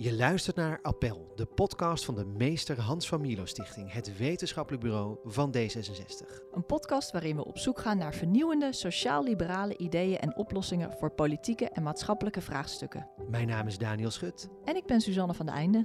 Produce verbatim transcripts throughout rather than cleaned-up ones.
Je luistert naar Appel, de podcast van de Meester Hans van Mierlo Stichting, het wetenschappelijk bureau van D zesenzestig. Een podcast waarin we op zoek gaan naar vernieuwende, sociaal-liberale ideeën en oplossingen voor politieke en maatschappelijke vraagstukken. Mijn naam is Daniel Schut. En ik ben Suzanne van de Einde.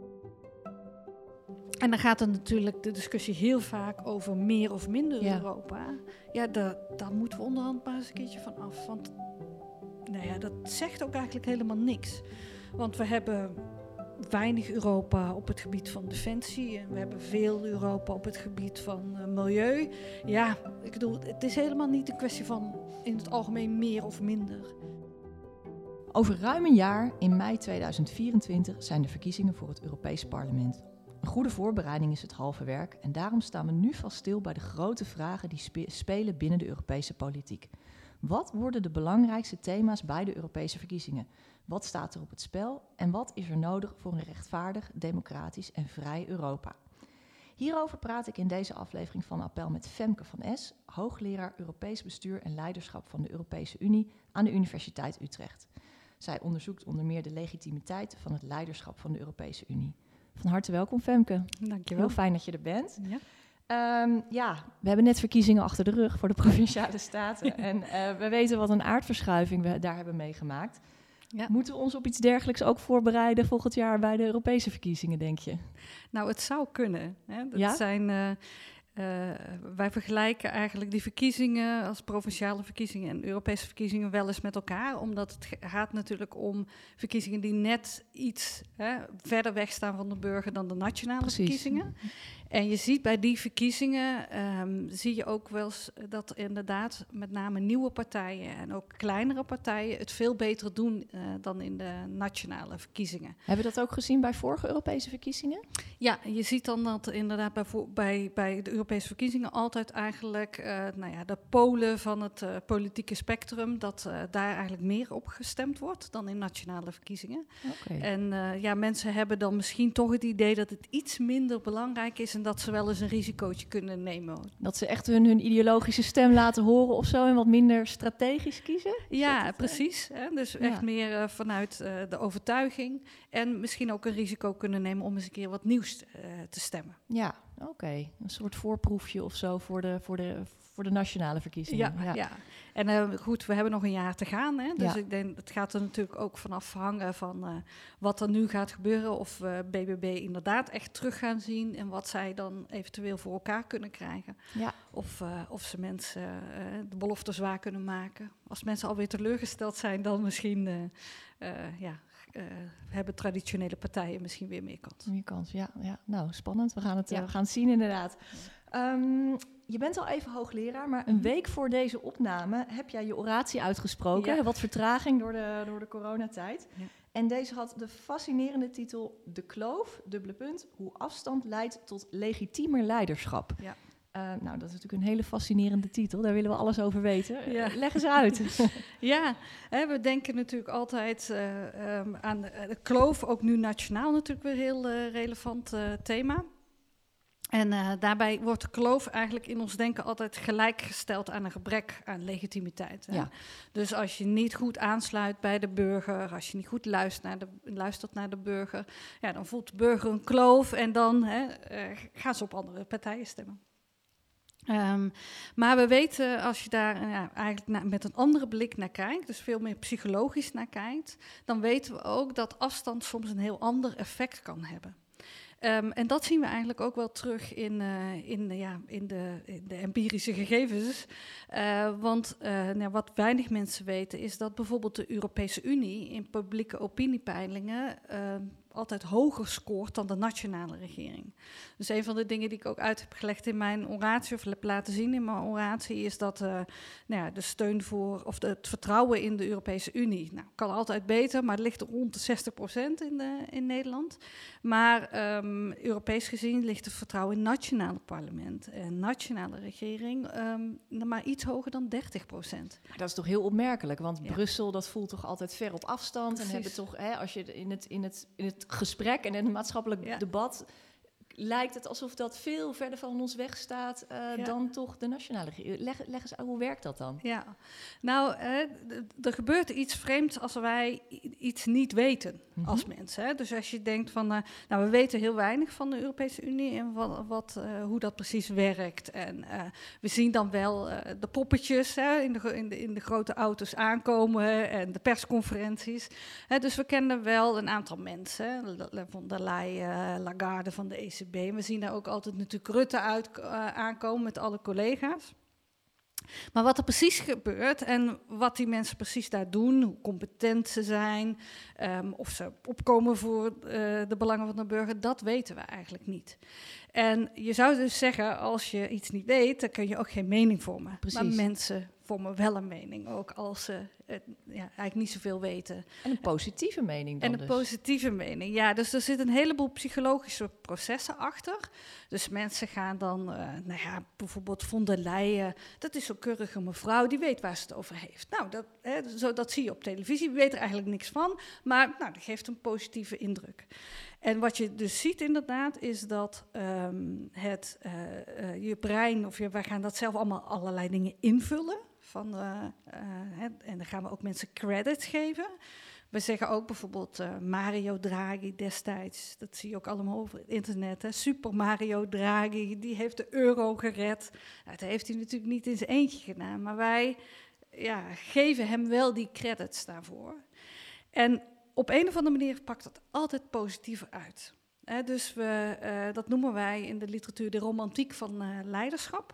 En dan gaat er natuurlijk de discussie heel vaak over meer of minder Ja. Europa. Ja, daar, daar moeten we onderhand maar eens een keertje van af. Want nou ja, dat zegt ook eigenlijk helemaal niks. Want we hebben weinig Europa op het gebied van defensie. En we hebben veel Europa op het gebied van uh, milieu. Ja, ik bedoel, het is helemaal niet een kwestie van in het algemeen meer of minder. Over ruim een jaar, in mei tweeduizend vierentwintig, zijn de verkiezingen voor het Europees Parlement. Een goede voorbereiding is het halve werk en daarom staan we nu vast stil bij de grote vragen die spe- spelen binnen de Europese politiek. Wat worden de belangrijkste thema's bij de Europese verkiezingen? Wat staat er op het spel en wat is er nodig voor een rechtvaardig, democratisch en vrij Europa? Hierover praat ik in deze aflevering van Appel met Femke van Es, hoogleraar Europees bestuur en leiderschap van de Europese Unie aan de Universiteit Utrecht. Zij onderzoekt onder meer de legitimiteit van het leiderschap van de Europese Unie. Van harte welkom, Femke. Dankjewel. Heel fijn dat je er bent. Ja. Um, ja, we hebben net verkiezingen achter de rug voor de Provinciale Staten. En uh, we weten wat een aardverschuiving we daar hebben meegemaakt. Ja. Moeten we ons op iets dergelijks ook voorbereiden volgend jaar bij de Europese verkiezingen, denk je? Nou, het zou kunnen. Hè. Dat Ja? zijn, uh, uh, wij vergelijken eigenlijk die verkiezingen als provinciale verkiezingen en Europese verkiezingen wel eens met elkaar. Omdat het gaat natuurlijk om verkiezingen die net iets hè, verder weg staan van de burger dan de nationale Precies. verkiezingen. En je ziet bij die verkiezingen, um, zie je ook wel eens dat inderdaad met name nieuwe partijen en ook kleinere partijen het veel beter doen uh, dan in de nationale verkiezingen. Hebben we dat ook gezien bij vorige Europese verkiezingen? Ja, je ziet dan dat inderdaad bij, bij, bij de Europese verkiezingen altijd eigenlijk uh, nou ja, de polen van het uh, politieke spectrum, dat uh, daar eigenlijk meer op gestemd wordt dan in nationale verkiezingen. Okay. En uh, ja, mensen hebben dan misschien toch het idee dat het iets minder belangrijk is en dat ze wel eens een risicootje kunnen nemen. Dat ze echt hun, hun ideologische stem laten horen of zo en wat minder strategisch kiezen? Ja, het, precies. Hè? Dus ja. echt meer uh, vanuit uh, de overtuiging en misschien ook een risico kunnen nemen om eens een keer wat nieuws uh, te stemmen. Ja, oké. Okay. Een soort voorproefje of zo voor de, voor de, voor de nationale verkiezingen. Ja, ja. ja. En uh, goed, we hebben nog een jaar te gaan. Hè? Dus Ja. ik denk, het gaat er natuurlijk ook van afhangen van uh, wat er nu gaat gebeuren. Of we uh, B B B inderdaad echt terug gaan zien en wat zij dan eventueel voor elkaar kunnen krijgen. Ja. Of, uh, of ze mensen uh, de belofte zwaar kunnen maken. Als mensen alweer teleurgesteld zijn, dan misschien uh, uh, ja, uh, hebben traditionele partijen misschien weer meer kans. Meer kans, ja, ja. Nou, spannend. We gaan het, Ja. uh, we gaan het zien inderdaad. Um, je bent al even hoogleraar, maar een week voor deze opname heb jij je oratie uitgesproken. Ja. Wat vertraging door de, door de coronatijd. Ja. En deze had de fascinerende titel De kloof, dubbele punt, hoe afstand leidt tot legitiemer leiderschap. Ja. Uh, nou, dat is natuurlijk een hele fascinerende titel. Daar willen we alles over weten. Ja. Uh, leg eens uit. Ja, hè, we denken natuurlijk altijd uh, um, aan de, de kloof, ook nu nationaal natuurlijk weer een heel uh, relevant uh, thema. En uh, daarbij wordt de kloof eigenlijk in ons denken altijd gelijkgesteld aan een gebrek aan legitimiteit. Hè? Ja. Dus als je niet goed aansluit bij de burger, als je niet goed luistert naar de, luistert naar de burger, ja, dan voelt de burger een kloof en dan hè, uh, gaan ze op andere partijen stemmen. Um, maar we weten, als je daar uh, ja, eigenlijk na, met een andere blik naar kijkt, dus veel meer psychologisch naar kijkt, dan weten we ook dat afstand soms een heel ander effect kan hebben. Um, en dat zien we eigenlijk ook wel terug in, uh, in, uh, ja, in, de, in de empirische gegevens. Uh, want uh, nou, wat weinig mensen weten is dat bijvoorbeeld de Europese Unie in publieke opiniepeilingen uh, altijd hoger scoort dan de nationale regering. Dus een van de dingen die ik ook uit heb gelegd in mijn oratie, of heb laten zien in mijn oratie, is dat uh, nou ja, de steun voor, of de, het vertrouwen in de Europese Unie, nou, kan altijd beter, maar het ligt rond de zestig procent in, de, in Nederland. Maar um, Europees gezien ligt het vertrouwen in het nationale parlement en nationale regering um, maar iets hoger dan dertig procent. Dat is toch heel opmerkelijk, want Ja. Brussel, dat voelt toch altijd ver op afstand. Precies. En hebben toch, hè, als je in het, in, het, in het gesprek en in het maatschappelijk Ja. debat lijkt het alsof dat veel verder van ons wegstaat uh, ja. dan toch de nationale regering. Leg, leg eens uit, hoe werkt dat dan? Ja, nou, uh, d- er gebeurt iets vreemds als wij iets niet weten mm-hmm. als mensen. Hè? Dus als je denkt van, uh, nou, we weten heel weinig van de Europese Unie en wat, wat, uh, hoe dat precies werkt. En uh, we zien dan wel uh, de poppetjes hè, in, de, in, de, in de grote auto's aankomen en de persconferenties. Hè? Dus we kennen wel een aantal mensen, hè? Von der Leyen, Lagarde van de E C B. We zien daar ook altijd natuurlijk Rutte uit uh, aankomen met alle collega's. Maar wat er precies gebeurt en wat die mensen precies daar doen, hoe competent ze zijn, um, of ze opkomen voor uh, de belangen van de burger, dat weten we eigenlijk niet. En je zou dus zeggen, als je iets niet weet, dan kun je ook geen mening vormen. Precies. Maar mensen vormen wel een mening, ook als ze uh, ja, eigenlijk niet zoveel weten. En een positieve mening dan En een dus. positieve mening, ja. Dus er zit een heleboel psychologische processen achter. Dus mensen gaan dan, uh, nou ja, bijvoorbeeld Von der Leyen, dat is zo'n keurige mevrouw, die weet waar ze het over heeft. Nou, dat, hè, zo, dat zie je op televisie, je weet er eigenlijk niks van, maar nou, dat geeft een positieve indruk. En wat je dus ziet inderdaad, is dat um, het, uh, uh, je brein, of je, wij gaan dat zelf allemaal allerlei dingen invullen. Van, uh, uh, hè, en dan gaan we ook mensen credits geven. We zeggen ook bijvoorbeeld uh, Mario Draghi destijds, dat zie je ook allemaal over het internet, hè, Super Mario Draghi, die heeft de euro gered. Nou, dat heeft hij natuurlijk niet in zijn eentje gedaan, maar wij ja, geven hem wel die credits daarvoor. En op een of andere manier pakt dat altijd positiever uit. Hè, dus we, uh, dat noemen wij in de literatuur de romantiek van uh, leiderschap.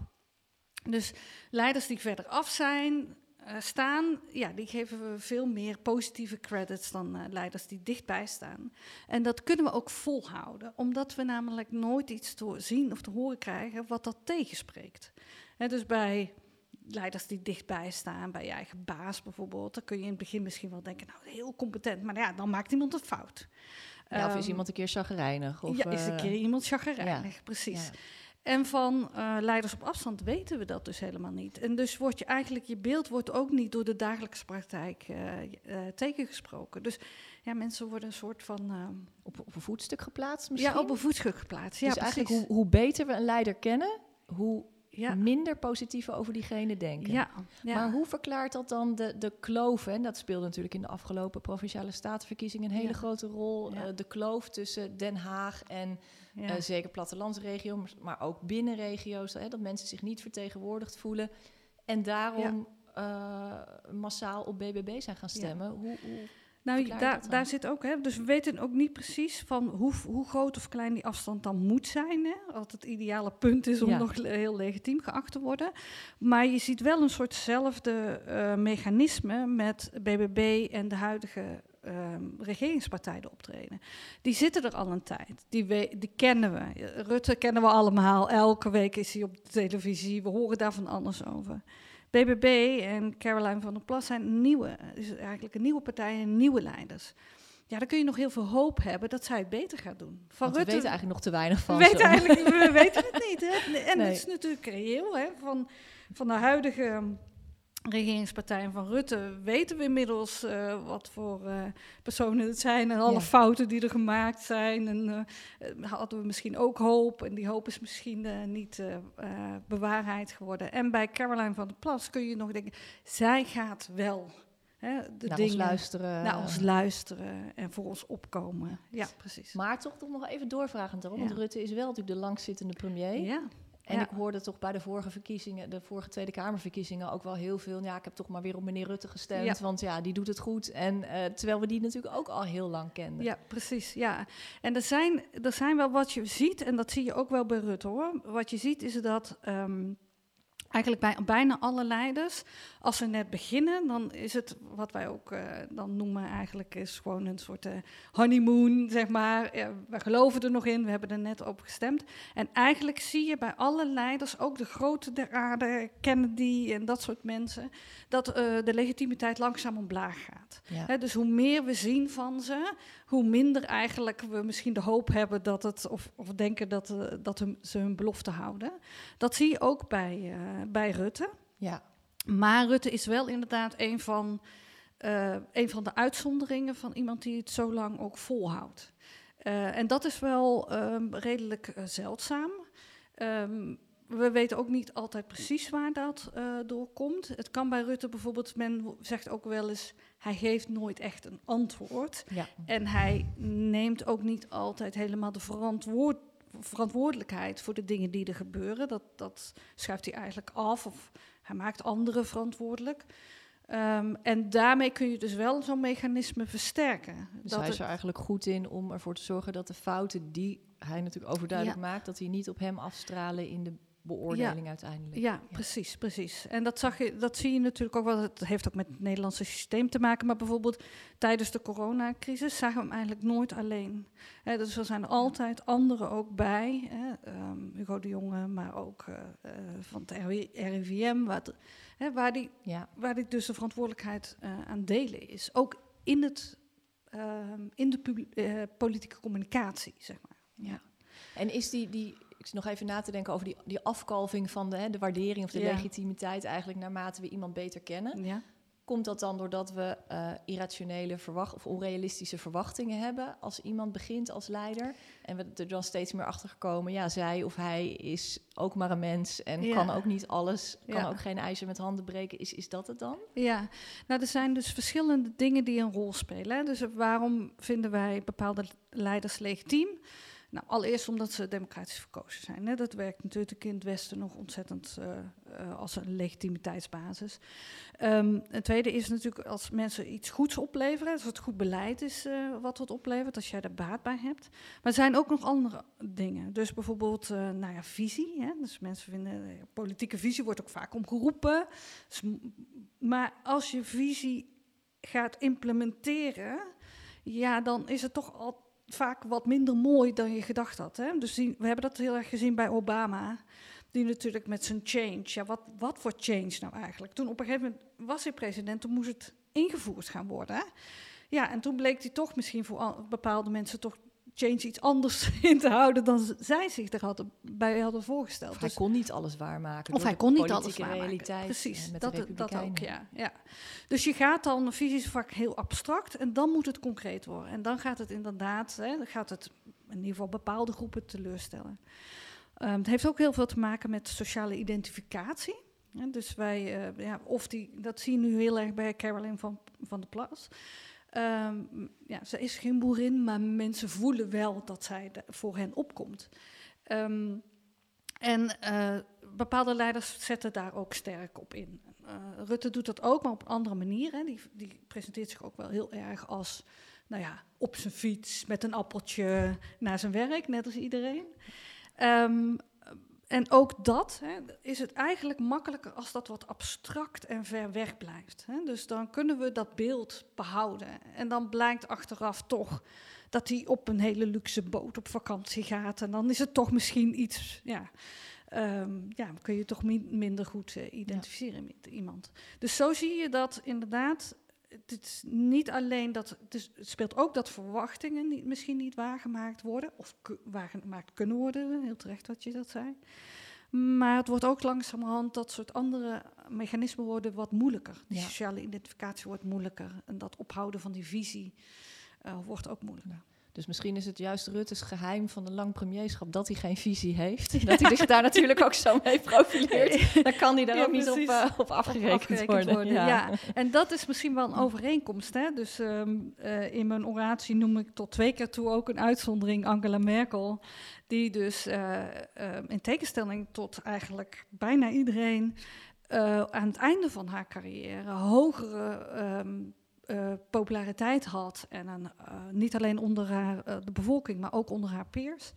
Dus leiders die verder af zijn, uh, staan, ja, die geven we veel meer positieve credits dan uh, leiders die dichtbij staan. En dat kunnen we ook volhouden, omdat we namelijk nooit iets te zien of te horen krijgen wat dat tegenspreekt. Hè, dus bij leiders die dichtbij staan, bij je eigen baas bijvoorbeeld, dan kun je in het begin misschien wel denken, nou, heel competent, maar ja, dan maakt iemand een fout. Ja, of um, is iemand een keer chagrijnig? Of, ja, is een keer iemand chagrijnig, ja, precies. Ja. En van uh, leiders op afstand weten we dat dus helemaal niet. En dus wordt je eigenlijk, je beeld wordt ook niet door de dagelijkse praktijk uh, uh, tegengesproken. Dus ja, mensen worden een soort van Uh, op, op een voetstuk geplaatst misschien? Ja, op een voetstuk geplaatst, ja, dus precies. eigenlijk hoe, hoe beter we een leider kennen, hoe ja. minder positief we over diegene denken. Ja, ja. Maar hoe verklaart dat dan de, de kloof? En dat speelde natuurlijk in de afgelopen Provinciale Statenverkiezingen een hele ja. grote rol. Ja. Uh, de kloof tussen Den Haag en ja. uh, zeker plattelandsregio, maar ook binnenregio's. Hè, dat mensen zich niet vertegenwoordigd voelen. En daarom ja. uh, massaal op B B B zijn gaan stemmen. Ja. Hoe, hoe Nou, daar, daar zit ook, hè, dus we weten ook niet precies van hoe, hoe groot of klein die afstand dan moet zijn. Hè, wat het ideale punt is om ja. nog heel legitiem geacht te worden. Maar je ziet wel een soortzelfde uh, mechanisme met B B B en de huidige um, regeringspartijen optreden. Die zitten er al een tijd. Die, we, die kennen we. Rutte kennen we allemaal. Elke week is hij op de televisie. We horen daar van alles over. B B B en Caroline van der Plas zijn nieuwe, dus eigenlijk een nieuwe partij en nieuwe leiders. Ja, dan kun je nog heel veel hoop hebben dat zij het beter gaat doen. Van Want we Rutte, weten eigenlijk nog te weinig van we weten eigenlijk, we weten het niet. Hè? En nee. het is natuurlijk reëel. Hè? Van, van de huidige regeringspartijen van Rutte weten we inmiddels uh, wat voor uh, personen het zijn en alle ja. fouten die er gemaakt zijn. En uh, hadden we misschien ook hoop en die hoop is misschien uh, niet uh, uh, bewaarheid geworden. En bij Caroline van der Plas kun je nog denken, zij gaat wel hè, de naar dingen ons luisteren. naar ons luisteren en voor ons opkomen. Ja, precies. Maar toch toch nog even doorvragend daarom, ja. want Rutte is wel natuurlijk de langzittende premier. Ja. En ja. ik hoorde toch bij de vorige verkiezingen, de vorige Tweede Kamerverkiezingen ook wel heel veel. Ja, ik heb toch maar weer op meneer Rutte gestemd, ja. want ja, die doet het goed. En uh, terwijl we die natuurlijk ook al heel lang kenden. Ja, precies. Ja. En er zijn, er zijn wel wat je ziet, en dat zie je ook wel bij Rutte hoor. Wat je ziet is dat Um, eigenlijk bij bijna alle leiders, als ze net beginnen, dan is het wat wij ook uh, dan noemen eigenlijk is gewoon een soort uh, honeymoon, zeg maar. Ja, we geloven er nog in, we hebben er net op gestemd. En eigenlijk zie je bij alle leiders, ook de grote der aarde, Kennedy en dat soort mensen, dat uh, de legitimiteit langzaam omlaag gaat. Ja. He, dus hoe meer we zien van ze, hoe minder eigenlijk we misschien de hoop hebben dat het, of, of denken dat, uh, dat hun, ze hun belofte houden. Dat zie je ook bij, uh, bij Rutte. Ja. Maar Rutte is wel inderdaad een van, uh, een van de uitzonderingen van iemand die het zo lang ook volhoudt. Uh, en dat is wel um, redelijk uh, zeldzaam. Um, we weten ook niet altijd precies waar dat uh, door komt. Het kan bij Rutte bijvoorbeeld, men zegt ook wel eens, hij geeft nooit echt een antwoord. Ja. En hij neemt ook niet altijd helemaal de verantwoord, verantwoordelijkheid voor de dingen die er gebeuren. Dat, dat schuift hij eigenlijk af of hij maakt anderen verantwoordelijk. Um, en daarmee kun je dus wel zo'n mechanisme versterken. Dus dat hij is het, er eigenlijk goed in om ervoor te zorgen dat de fouten die hij natuurlijk overduidelijk ja. maakt, dat die niet op hem afstralen in de beoordeling ja. uiteindelijk. Ja, ja, precies, precies. En dat, zag je, dat zie je natuurlijk ook wel. Het heeft ook met het Nederlandse systeem te maken. Maar bijvoorbeeld tijdens de coronacrisis zagen we hem eigenlijk nooit alleen. He, dus er zijn altijd anderen ook bij. Hè, um, Hugo de Jonge, maar ook uh, uh, van het R I V M. Waar, het, hè, waar, die, ja. waar die dus de verantwoordelijkheid uh, aan delen is. Ook in, het, uh, in de publi- uh, politieke communicatie, zeg maar. Ja. En is die... die ik zit nog even na te denken over die, die afkalving van de, hè, de waardering of de ja. legitimiteit eigenlijk naarmate we iemand beter kennen. Ja. Komt dat dan doordat we uh, irrationele verwacht of onrealistische verwachtingen hebben als iemand begint als leider? En we er dan steeds meer achter gekomen, ja, zij of hij is ook maar een mens en ja. kan ook niet alles, kan ja. ook geen ijzer met handen breken. Is, is dat het dan? Ja, nou er zijn dus verschillende dingen die een rol spelen. Hè. Dus waarom vinden wij bepaalde leiders legitiem? Nou, allereerst omdat ze democratisch verkozen zijn. Hè. Dat werkt natuurlijk in het Westen nog ontzettend uh, uh, als een legitimiteitsbasis. Um, het tweede is natuurlijk als mensen iets goeds opleveren, als het goed beleid is uh, wat het oplevert, als jij er baat bij hebt. Maar er zijn ook nog andere dingen. Dus bijvoorbeeld, uh, nou ja, visie. Hè. Dus mensen vinden, uh, politieke visie wordt ook vaak omgeroepen. Dus, maar als je visie gaat implementeren, ja, dan is het toch al vaak wat minder mooi dan je gedacht had. Hè? Dus die, we hebben dat heel erg gezien bij Obama. Die natuurlijk met zijn change. Ja, wat, wat voor change nou eigenlijk? Toen op een gegeven moment was hij president, toen moest het ingevoerd gaan worden. Hè? Ja, en toen bleek hij toch misschien voor al, bepaalde mensen toch change iets anders in te houden dan zij zich er hadden, bij hadden voorgesteld. Of hij dus, kon niet alles waarmaken. Of hij kon niet alles waarmaken. waarmaken. Precies, met dat, de dat ook, ja. ja, ja. Dus je gaat dan, visie is vaak heel abstract en dan moet het concreet worden. En dan gaat het inderdaad, hè, dan gaat het in ieder geval bepaalde groepen teleurstellen. Um, het heeft ook heel veel te maken met sociale identificatie. Ja, dus wij, uh, ja, of die, dat zie je nu heel erg bij Caroline van, van der Plas. Um, ja, ze is geen boerin, maar mensen voelen wel dat zij de, voor hen opkomt. Um, en uh, bepaalde leiders zetten daar ook sterk op in. Uh, Rutte doet dat ook, maar op een andere manier. Hè. Die, die presenteert zich ook wel heel erg als, nou ja, op zijn fiets met een appeltje naar zijn werk, net als iedereen. Um, En ook dat hè, is het eigenlijk makkelijker als dat wat abstract en ver weg blijft. Hè. Dus dan kunnen we dat beeld behouden. En dan blijkt achteraf toch dat hij op een hele luxe boot op vakantie gaat. En dan is het toch misschien iets, ja, um, ja kun je toch min, minder goed uh, identificeren ja. met iemand. Dus zo zie je dat inderdaad. Het is niet alleen dat, het, is, het speelt ook dat verwachtingen niet, misschien niet waargemaakt worden, of ku, waargemaakt kunnen worden, heel terecht wat je dat zei. Maar het wordt ook langzamerhand dat soort andere mechanismen worden wat moeilijker. Die ja. sociale identificatie wordt moeilijker en dat ophouden van die visie uh, wordt ook moeilijker. Ja. Dus misschien is het juist Rutte's geheim van een lang premierschap dat hij geen visie heeft. Ja. Dat hij zich daar natuurlijk ook zo mee profileert. Dan kan hij daar ja, ook precies. niet op, uh, op afgerekend, op afgerekend worden. worden. Ja. Ja. En dat is misschien wel een overeenkomst. Hè? Dus um, uh, in mijn oratie noem ik tot twee keer toe ook een uitzondering Angela Merkel. Die dus uh, uh, in tegenstelling tot eigenlijk bijna iedereen uh, aan het einde van haar carrière hogere Um, Uh, populariteit had. En een, uh, niet alleen onder haar, uh, de bevolking, maar ook onder haar peers.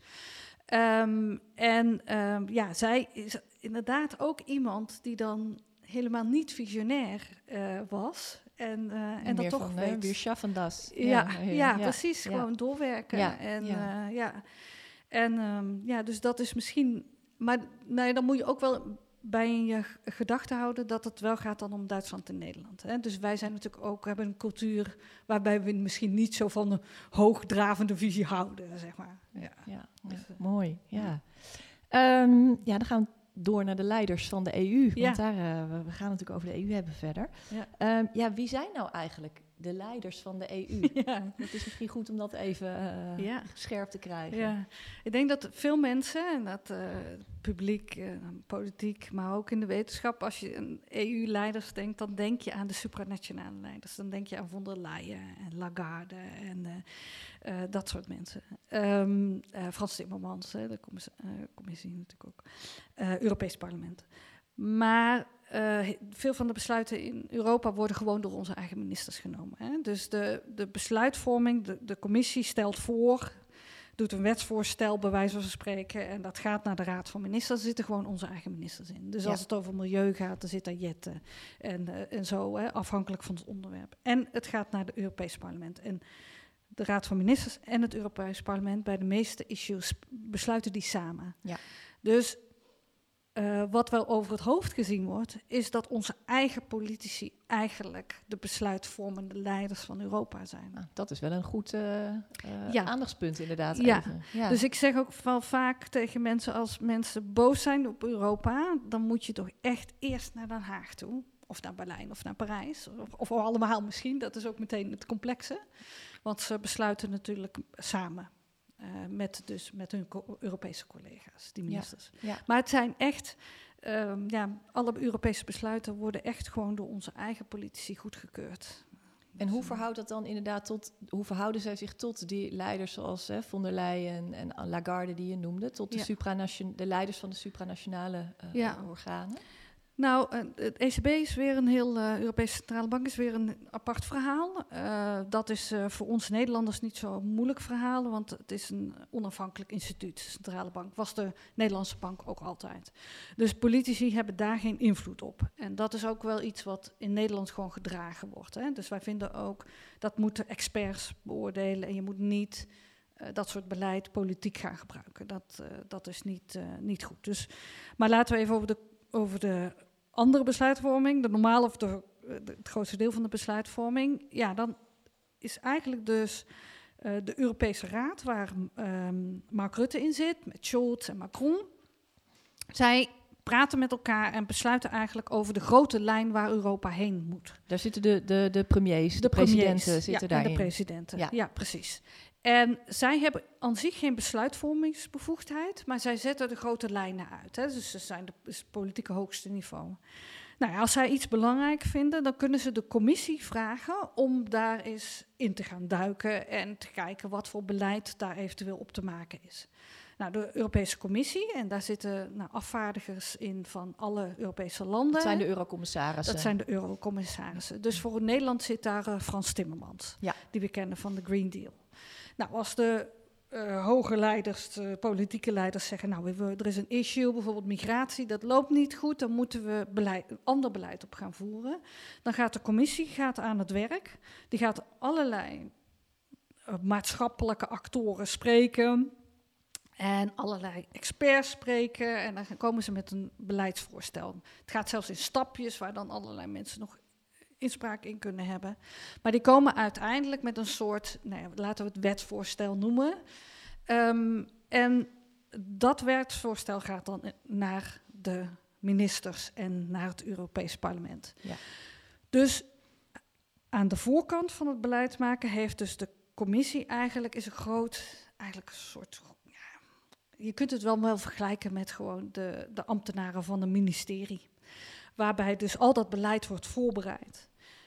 Um, en um, ja, zij is inderdaad ook iemand die dan helemaal niet visionair uh, was. En, uh, en, en dat toch van, weet. Wir schaffen das. Ja, ja, ja, ja precies. Ja. Gewoon doorwerken. Ja, en ja. Uh, ja. En um, ja, dus dat is misschien. Maar nee, dan moet je ook wel bij in je gedachten houden dat het wel gaat dan om Duitsland en Nederland. Hè? Dus wij zijn natuurlijk ook, hebben een cultuur waarbij we misschien niet zo van een hoogdravende visie houden, zeg maar. Ja, ja, dus, uh, mooi. Ja. Ja. Um, ja, dan gaan we door naar de leiders van de E U. Want ja. daar, uh, we gaan natuurlijk over de E U hebben verder. Ja. Um, ja, wie zijn nou eigenlijk de leiders van de E U. Ja. Het is misschien goed om dat even uh, ja. scherp te krijgen. Ja. Ik denk dat veel mensen, en dat uh, publiek, uh, politiek, maar ook in de wetenschap, als je aan E U-leiders denkt, dan denk je aan de supranationale leiders. Dan denk je aan von der Leyen en Lagarde en uh, uh, dat soort mensen. Um, uh, Frans Timmermans, hè, de commissie, uh, commissie natuurlijk ook. Uh, Europees Parlement. Maar uh, veel van de besluiten in Europa worden gewoon door onze eigen ministers genomen. Hè? Dus de, de besluitvorming, de, de commissie stelt voor, doet een wetsvoorstel bij wijze van spreken en dat gaat naar de Raad van Ministers. Er zitten gewoon onze eigen ministers in. Dus ja. als het over milieu gaat, dan zit daar Jette en, uh, en zo, hè, afhankelijk van het onderwerp. En het gaat naar het Europees Parlement. En de Raad van Ministers en het Europees Parlement, bij de meeste issues besluiten die samen. Ja. Dus Uh, wat wel over het hoofd gezien wordt, is dat onze eigen politici eigenlijk de besluitvormende leiders van Europa zijn. Nou, dat is wel een goed uh, uh, ja. aandachtspunt inderdaad. Ja. Even. Ja, dus ik zeg ook wel vaak tegen mensen, als mensen boos zijn op Europa, dan moet je toch echt eerst naar Den Haag toe. Of naar Berlijn of naar Parijs. Of, of allemaal misschien, dat is ook meteen het complexe. Want ze besluiten natuurlijk samen. Uh, met, dus met hun co- Europese collega's, die ministers. Ja, ja. Maar het zijn echt, um, ja, alle Europese besluiten worden echt gewoon door onze eigen politici goedgekeurd. En hoe verhoudt dat dan inderdaad tot, hoe verhouden zij zich tot die leiders zoals hè, von der Leyen en Lagarde die je noemde, tot de, ja. supranation, de leiders van de supranationale uh, ja. organen? Nou, uh, het E C B is weer een heel, uh, Europese Centrale Bank is weer een apart verhaal. Uh, dat is uh, voor ons Nederlanders niet zo'n moeilijk verhaal, want het is een onafhankelijk instituut, de Centrale Bank. Was de Nederlandse bank ook altijd. Dus politici hebben daar geen invloed op. En dat is ook wel iets wat in Nederland gewoon gedragen wordt. Hè. Dus wij vinden ook, dat moeten experts beoordelen en je moet niet uh, dat soort beleid politiek gaan gebruiken. Dat, uh, dat is niet, uh, niet goed. Dus, maar laten we even over de over de andere besluitvorming, de normale of de, de, het grootste deel van de besluitvorming. Ja, dan is eigenlijk dus uh, de Europese Raad, waar um, Mark Rutte in zit, met Scholz en Macron. Zij praten met elkaar en besluiten eigenlijk over de grote lijn waar Europa heen moet. Daar zitten de, de, de premiers, de, de presidenten premiers, zitten ja, daarin. de presidenten, ja. ja, precies. En zij hebben aan zich geen besluitvormingsbevoegdheid, maar zij zetten de grote lijnen uit. Hè. Dus ze zijn de, het politieke hoogste niveau. Nou ja, als zij iets belangrijk vinden, dan kunnen ze de commissie vragen om daar eens in te gaan duiken en te kijken wat voor beleid daar eventueel op te maken is. Nou, de Europese Commissie, en daar zitten nou, afvaardigers in van alle Europese landen. Dat zijn de eurocommissarissen. Dat zijn de eurocommissarissen. Dus voor Nederland zit daar uh, Frans Timmermans, ja. die we kennen van de Green Deal. Nou, als de uh, hoge leiders, de politieke leiders zeggen, nou, we, er is een issue, bijvoorbeeld migratie, dat loopt niet goed, dan moeten we beleid, een ander beleid op gaan voeren. Dan gaat de commissie gaat aan het werk, die gaat allerlei uh, maatschappelijke actoren spreken en allerlei experts spreken en dan komen ze met een beleidsvoorstel. Het gaat zelfs in stapjes waar dan allerlei mensen nog inspraak in kunnen hebben. Maar die komen uiteindelijk met een soort, nou ja, laten we het wetsvoorstel noemen. Um, en dat wetsvoorstel gaat dan naar de ministers en naar het Europees Parlement. Ja. Dus aan de voorkant van het beleid maken heeft dus de commissie eigenlijk is een groot, eigenlijk een soort, ja, je kunt het wel wel vergelijken met gewoon de, de ambtenaren van een ministerie. Waarbij dus al dat beleid wordt voorbereid.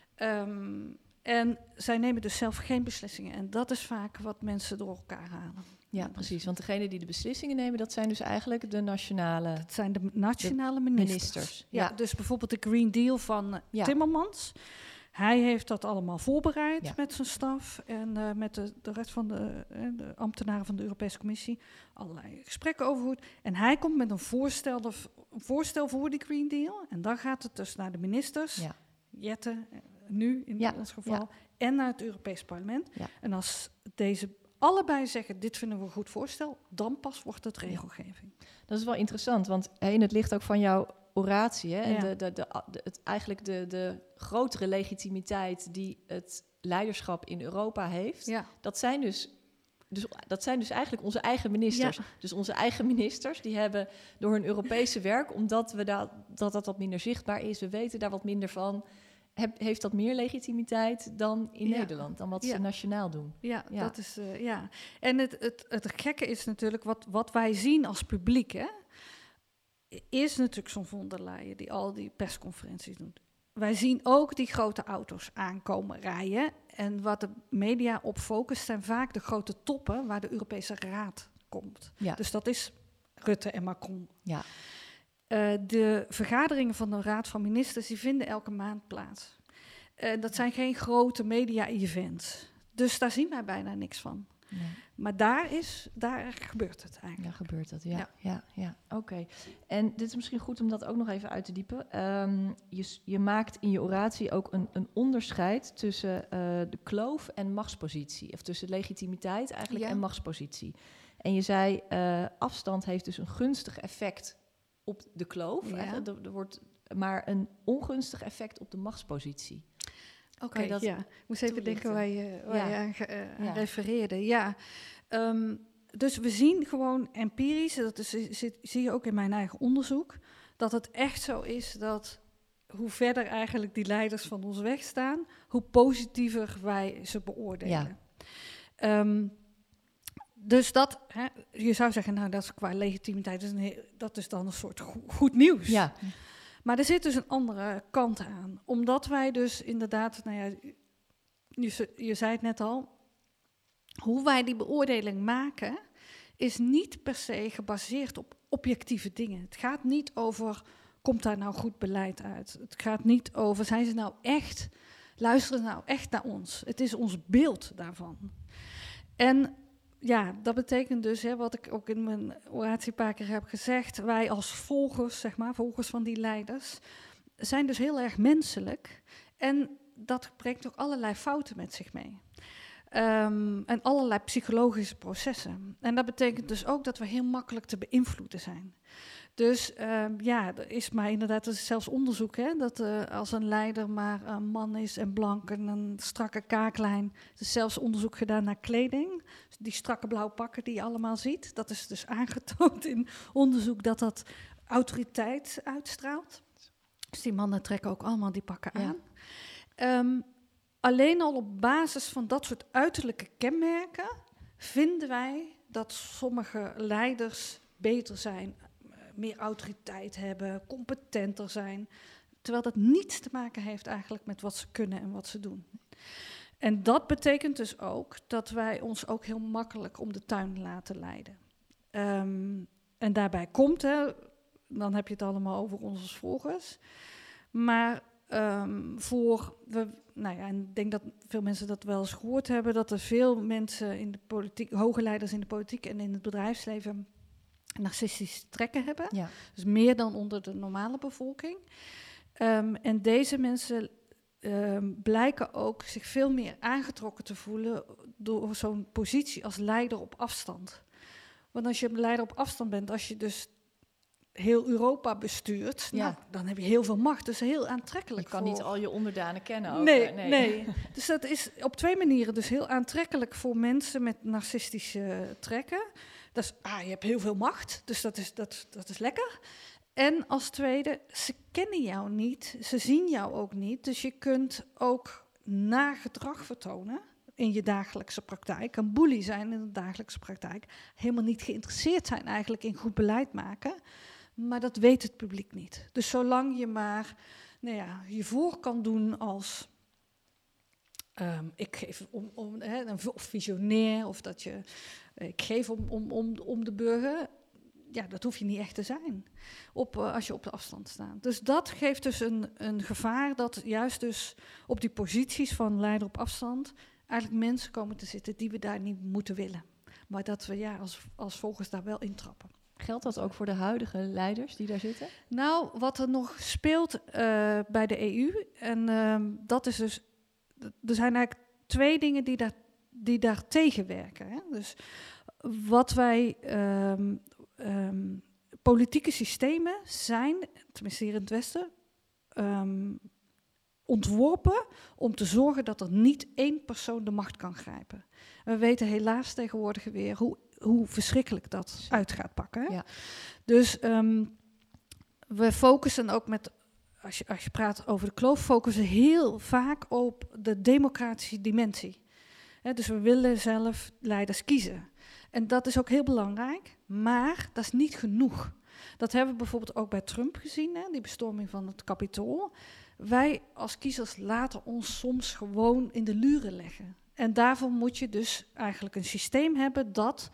Um, en zij nemen dus zelf geen beslissingen. En dat is vaak wat mensen door elkaar halen. Ja, precies. Want degenen die de beslissingen nemen, dat zijn dus eigenlijk de nationale... Dat zijn de nationale de ministers. ministers. Ja, ja, dus bijvoorbeeld de Green Deal van uh, ja. Timmermans. Hij heeft dat allemaal voorbereid ja. met zijn staf en uh, met de, de rest van de, uh, de ambtenaren van de Europese Commissie. Allerlei gesprekken over hoe. En hij komt met een voorstel, of, een voorstel voor die Green Deal. En dan gaat het dus naar de ministers, ja. Jette, nu in ja. ons geval, ja. en naar het Europees Parlement. Ja. En als deze allebei zeggen, dit vinden we een goed voorstel, dan pas wordt het regelgeving. Ja. Dat is wel interessant, want in het licht ook van jouw oratie, hè, en ja. de, de, de, de, het, eigenlijk de, de grotere legitimiteit die het leiderschap in Europa heeft, ja. dat zijn dus, dus, dat zijn dus eigenlijk onze eigen ministers. Ja. Dus onze eigen ministers, die hebben door hun Europese werk, omdat we da- dat dat wat minder zichtbaar is, we weten daar wat minder van, heb, heeft dat meer legitimiteit dan in Ja. Nederland, dan wat Ja. ze nationaal doen. Ja, Ja. dat is, uh, ja. En het, het, het gekke is natuurlijk, wat, wat wij zien als publiek, hè, is natuurlijk zo'n von der Leyen die al die persconferenties doet. Wij zien ook die grote auto's aankomen rijden. En wat de media op focust zijn vaak de grote toppen waar de Europese Raad komt. Ja. Dus dat is Rutte en Macron. Ja. Uh, de vergaderingen van de Raad van Ministers die vinden elke maand plaats. Uh, dat zijn geen grote media-events. Dus daar zien wij bijna niks van. Nee. Maar daar, is, daar gebeurt het eigenlijk. Ja, gebeurt dat, ja. Ja. ja, ja. Oké. Okay. En dit is misschien goed om dat ook nog even uit te diepen. Um, je, je maakt in je oratie ook een, een onderscheid tussen uh, de kloof en machtspositie. Of tussen legitimiteit eigenlijk Ja. en machtspositie. En je zei, uh, afstand heeft dus een gunstig effect op de kloof. Ja. Er, er wordt maar een ongunstig effect op de machtspositie. Oké, okay, dat ja. Ik moest even denken waar je, waar ja. je aan, ge, uh, aan ja. refereerde. Ja, um, dus we zien gewoon empirisch, dat is, zit, zie je ook in mijn eigen onderzoek, dat het echt zo is dat hoe verder eigenlijk die leiders van ons wegstaan, hoe positiever wij ze beoordelen. Ja. Um, dus dat, hè, je zou zeggen, nou dat is qua legitimiteit, dat is, een heel, dat is dan een soort go- goed nieuws. Ja. Maar er zit dus een andere kant aan. Omdat wij dus inderdaad, nou ja, je, je zei het net al, hoe wij die beoordeling maken, is niet per se gebaseerd op objectieve dingen. Het gaat niet over, komt daar nou goed beleid uit? Het gaat niet over, zijn ze nou echt, luisteren ze nou echt naar ons? Het is ons beeld daarvan. En ja, dat betekent dus, hè, wat ik ook in mijn oratie een paar keer heb gezegd, wij als volgers, zeg maar, volgers van die leiders, zijn dus heel erg menselijk. En dat brengt ook allerlei fouten met zich mee. Um, en allerlei psychologische processen. En dat betekent dus ook dat we heel makkelijk te beïnvloeden zijn. Dus uh, ja, er is maar inderdaad, er is zelfs onderzoek, hè, dat uh, als een leider maar een man is en blank en een strakke kaaklijn. Er is zelfs onderzoek gedaan naar kleding. Die strakke blauwe pakken die je allemaal ziet. Dat is dus aangetoond in onderzoek dat dat autoriteit uitstraalt. Dus die mannen trekken ook allemaal die pakken Ja. aan. Um, alleen al op basis van dat soort uiterlijke kenmerken vinden wij dat sommige leiders beter zijn, meer autoriteit hebben, competenter zijn, terwijl dat niets te maken heeft eigenlijk met wat ze kunnen en wat ze doen. En dat betekent dus ook dat wij ons ook heel makkelijk om de tuin laten leiden. Um, en daarbij komt, hè, dan heb je het allemaal over ons als volgers, maar um, voor, we, nou ja, en ik denk dat veel mensen dat wel eens gehoord hebben, dat er veel mensen in de politiek, hoge leiders in de politiek en in het bedrijfsleven narcistische trekken hebben. Ja. Dus meer dan onder de normale bevolking. Um, en deze mensen um, blijken ook zich veel meer aangetrokken te voelen door zo'n positie als leider op afstand. Want als je een leider op afstand bent, als je dus heel Europa bestuurt, Ja. nou, dan heb je heel veel macht. Dus heel aantrekkelijk. Je kan voor... niet al je onderdanen kennen. Ook, Nee, uh, nee. nee. Dus dat is op twee manieren dus heel aantrekkelijk voor mensen met narcistische trekken. Dat is, ah, je hebt heel veel macht, dus dat is, dat, dat is lekker. En als tweede, ze kennen jou niet, ze zien jou ook niet. Dus je kunt ook naar gedrag vertonen in je dagelijkse praktijk. Een bully zijn in de dagelijkse praktijk. Helemaal niet geïnteresseerd zijn eigenlijk in goed beleid maken. Maar dat weet het publiek niet. Dus zolang je maar nou ja, je voor kan doen als... Um, ik geef om, om hè, een visionair of dat je... Ik geef om, om, om, om de burger. Ja, dat hoef je niet echt te zijn op, uh, als je op de afstand staat. Dus dat geeft dus een, een gevaar dat juist dus op die posities van leider op afstand eigenlijk mensen komen te zitten die we daar niet moeten willen. Maar dat we ja, als, als volgers daar wel intrappen. Geldt dat ook voor de huidige leiders die daar zitten? Nou, wat er nog speelt uh, bij de E U, en uh, dat is dus... Er zijn eigenlijk twee dingen die daar, die daar tegenwerken. Hè? Dus wat wij... Um, um, politieke systemen zijn, tenminste hier in het Westen, um, ontworpen om te zorgen dat er niet één persoon de macht kan grijpen. En we weten helaas tegenwoordig weer hoe, hoe verschrikkelijk dat uit gaat pakken. Hè? Ja. Dus um, we focussen ook met als je, als je praat over de kloof, focussen heel vaak op de democratische dimensie. He, dus we willen zelf leiders kiezen. En dat is ook heel belangrijk, maar dat is niet genoeg. Dat hebben we bijvoorbeeld ook bij Trump gezien, hè, die bestorming van het Capitool. Wij als kiezers laten ons soms gewoon in de luren leggen. En daarvoor moet je dus eigenlijk een systeem hebben dat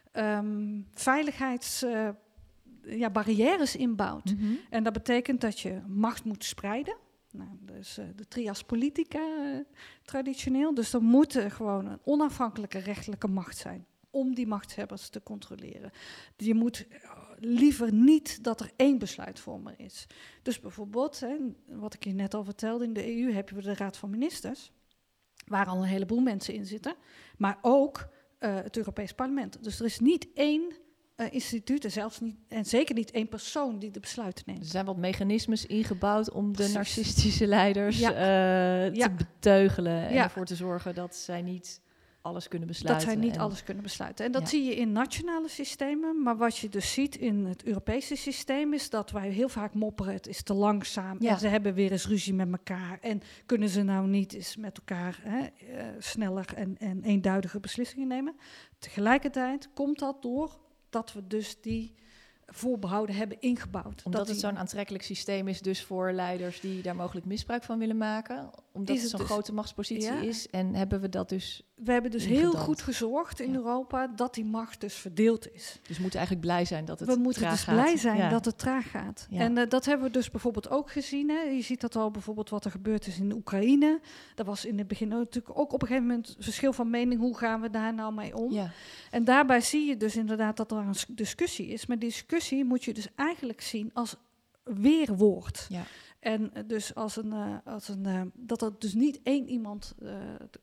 um, veiligheidsbarrières uh, ja, barrières inbouwt. Mm-hmm. En dat betekent dat je macht moet spreiden. Nou, dus uh, de trias politica uh, traditioneel. Dus er moet uh, gewoon een onafhankelijke rechterlijke macht zijn om die machthebbers te controleren. Je moet uh, liever niet dat er één besluitvormer is. Dus bijvoorbeeld, hè, wat ik je net al vertelde, in de E U heb je de Raad van Ministers, waar al een heleboel mensen in zitten, maar ook uh, het Europees Parlement. Dus er is niet één uh, instituut en zelfs niet, en zeker niet één persoon die de besluiten neemt. Er zijn wat mechanismes ingebouwd om de Precies. narcistische leiders ja. uh, ja. te beteugelen en ja. ervoor te zorgen dat zij niet alles kunnen besluiten. Dat zij niet en alles kunnen besluiten. En dat ja. zie je in nationale systemen. Maar wat je dus ziet in het Europese systeem is dat wij heel vaak mopperen, het is te langzaam. Ja. En ze hebben weer eens ruzie met elkaar. En kunnen ze nou niet eens met elkaar hè, uh, sneller en, en eenduidige beslissingen nemen. Tegelijkertijd komt dat door dat we dus die voorbehouden hebben ingebouwd. Omdat dat het zo'n aantrekkelijk systeem is dus voor leiders die daar mogelijk misbruik van willen maken. Omdat het, het zo'n dus, grote machtspositie ja. is. En hebben we dat dus We hebben dus heel goed gezorgd in ja. Europa dat die macht dus verdeeld is. Dus we moeten eigenlijk blij zijn dat het we moeten traag dus gaat. blij zijn ja. dat het traag gaat. Ja. En uh, dat hebben we dus bijvoorbeeld ook gezien. Hè. Je ziet dat al bijvoorbeeld wat er gebeurd is in Oekraïne. Dat was in het begin natuurlijk ook op een gegeven moment verschil van mening. Hoe gaan we daar nou mee om? Ja. En daarbij zie je dus inderdaad dat er een discussie is. Maar die discussie moet je dus eigenlijk zien als weerwoord. Ja. En dus als een, uh, als een uh, dat er dus niet één iemand uh,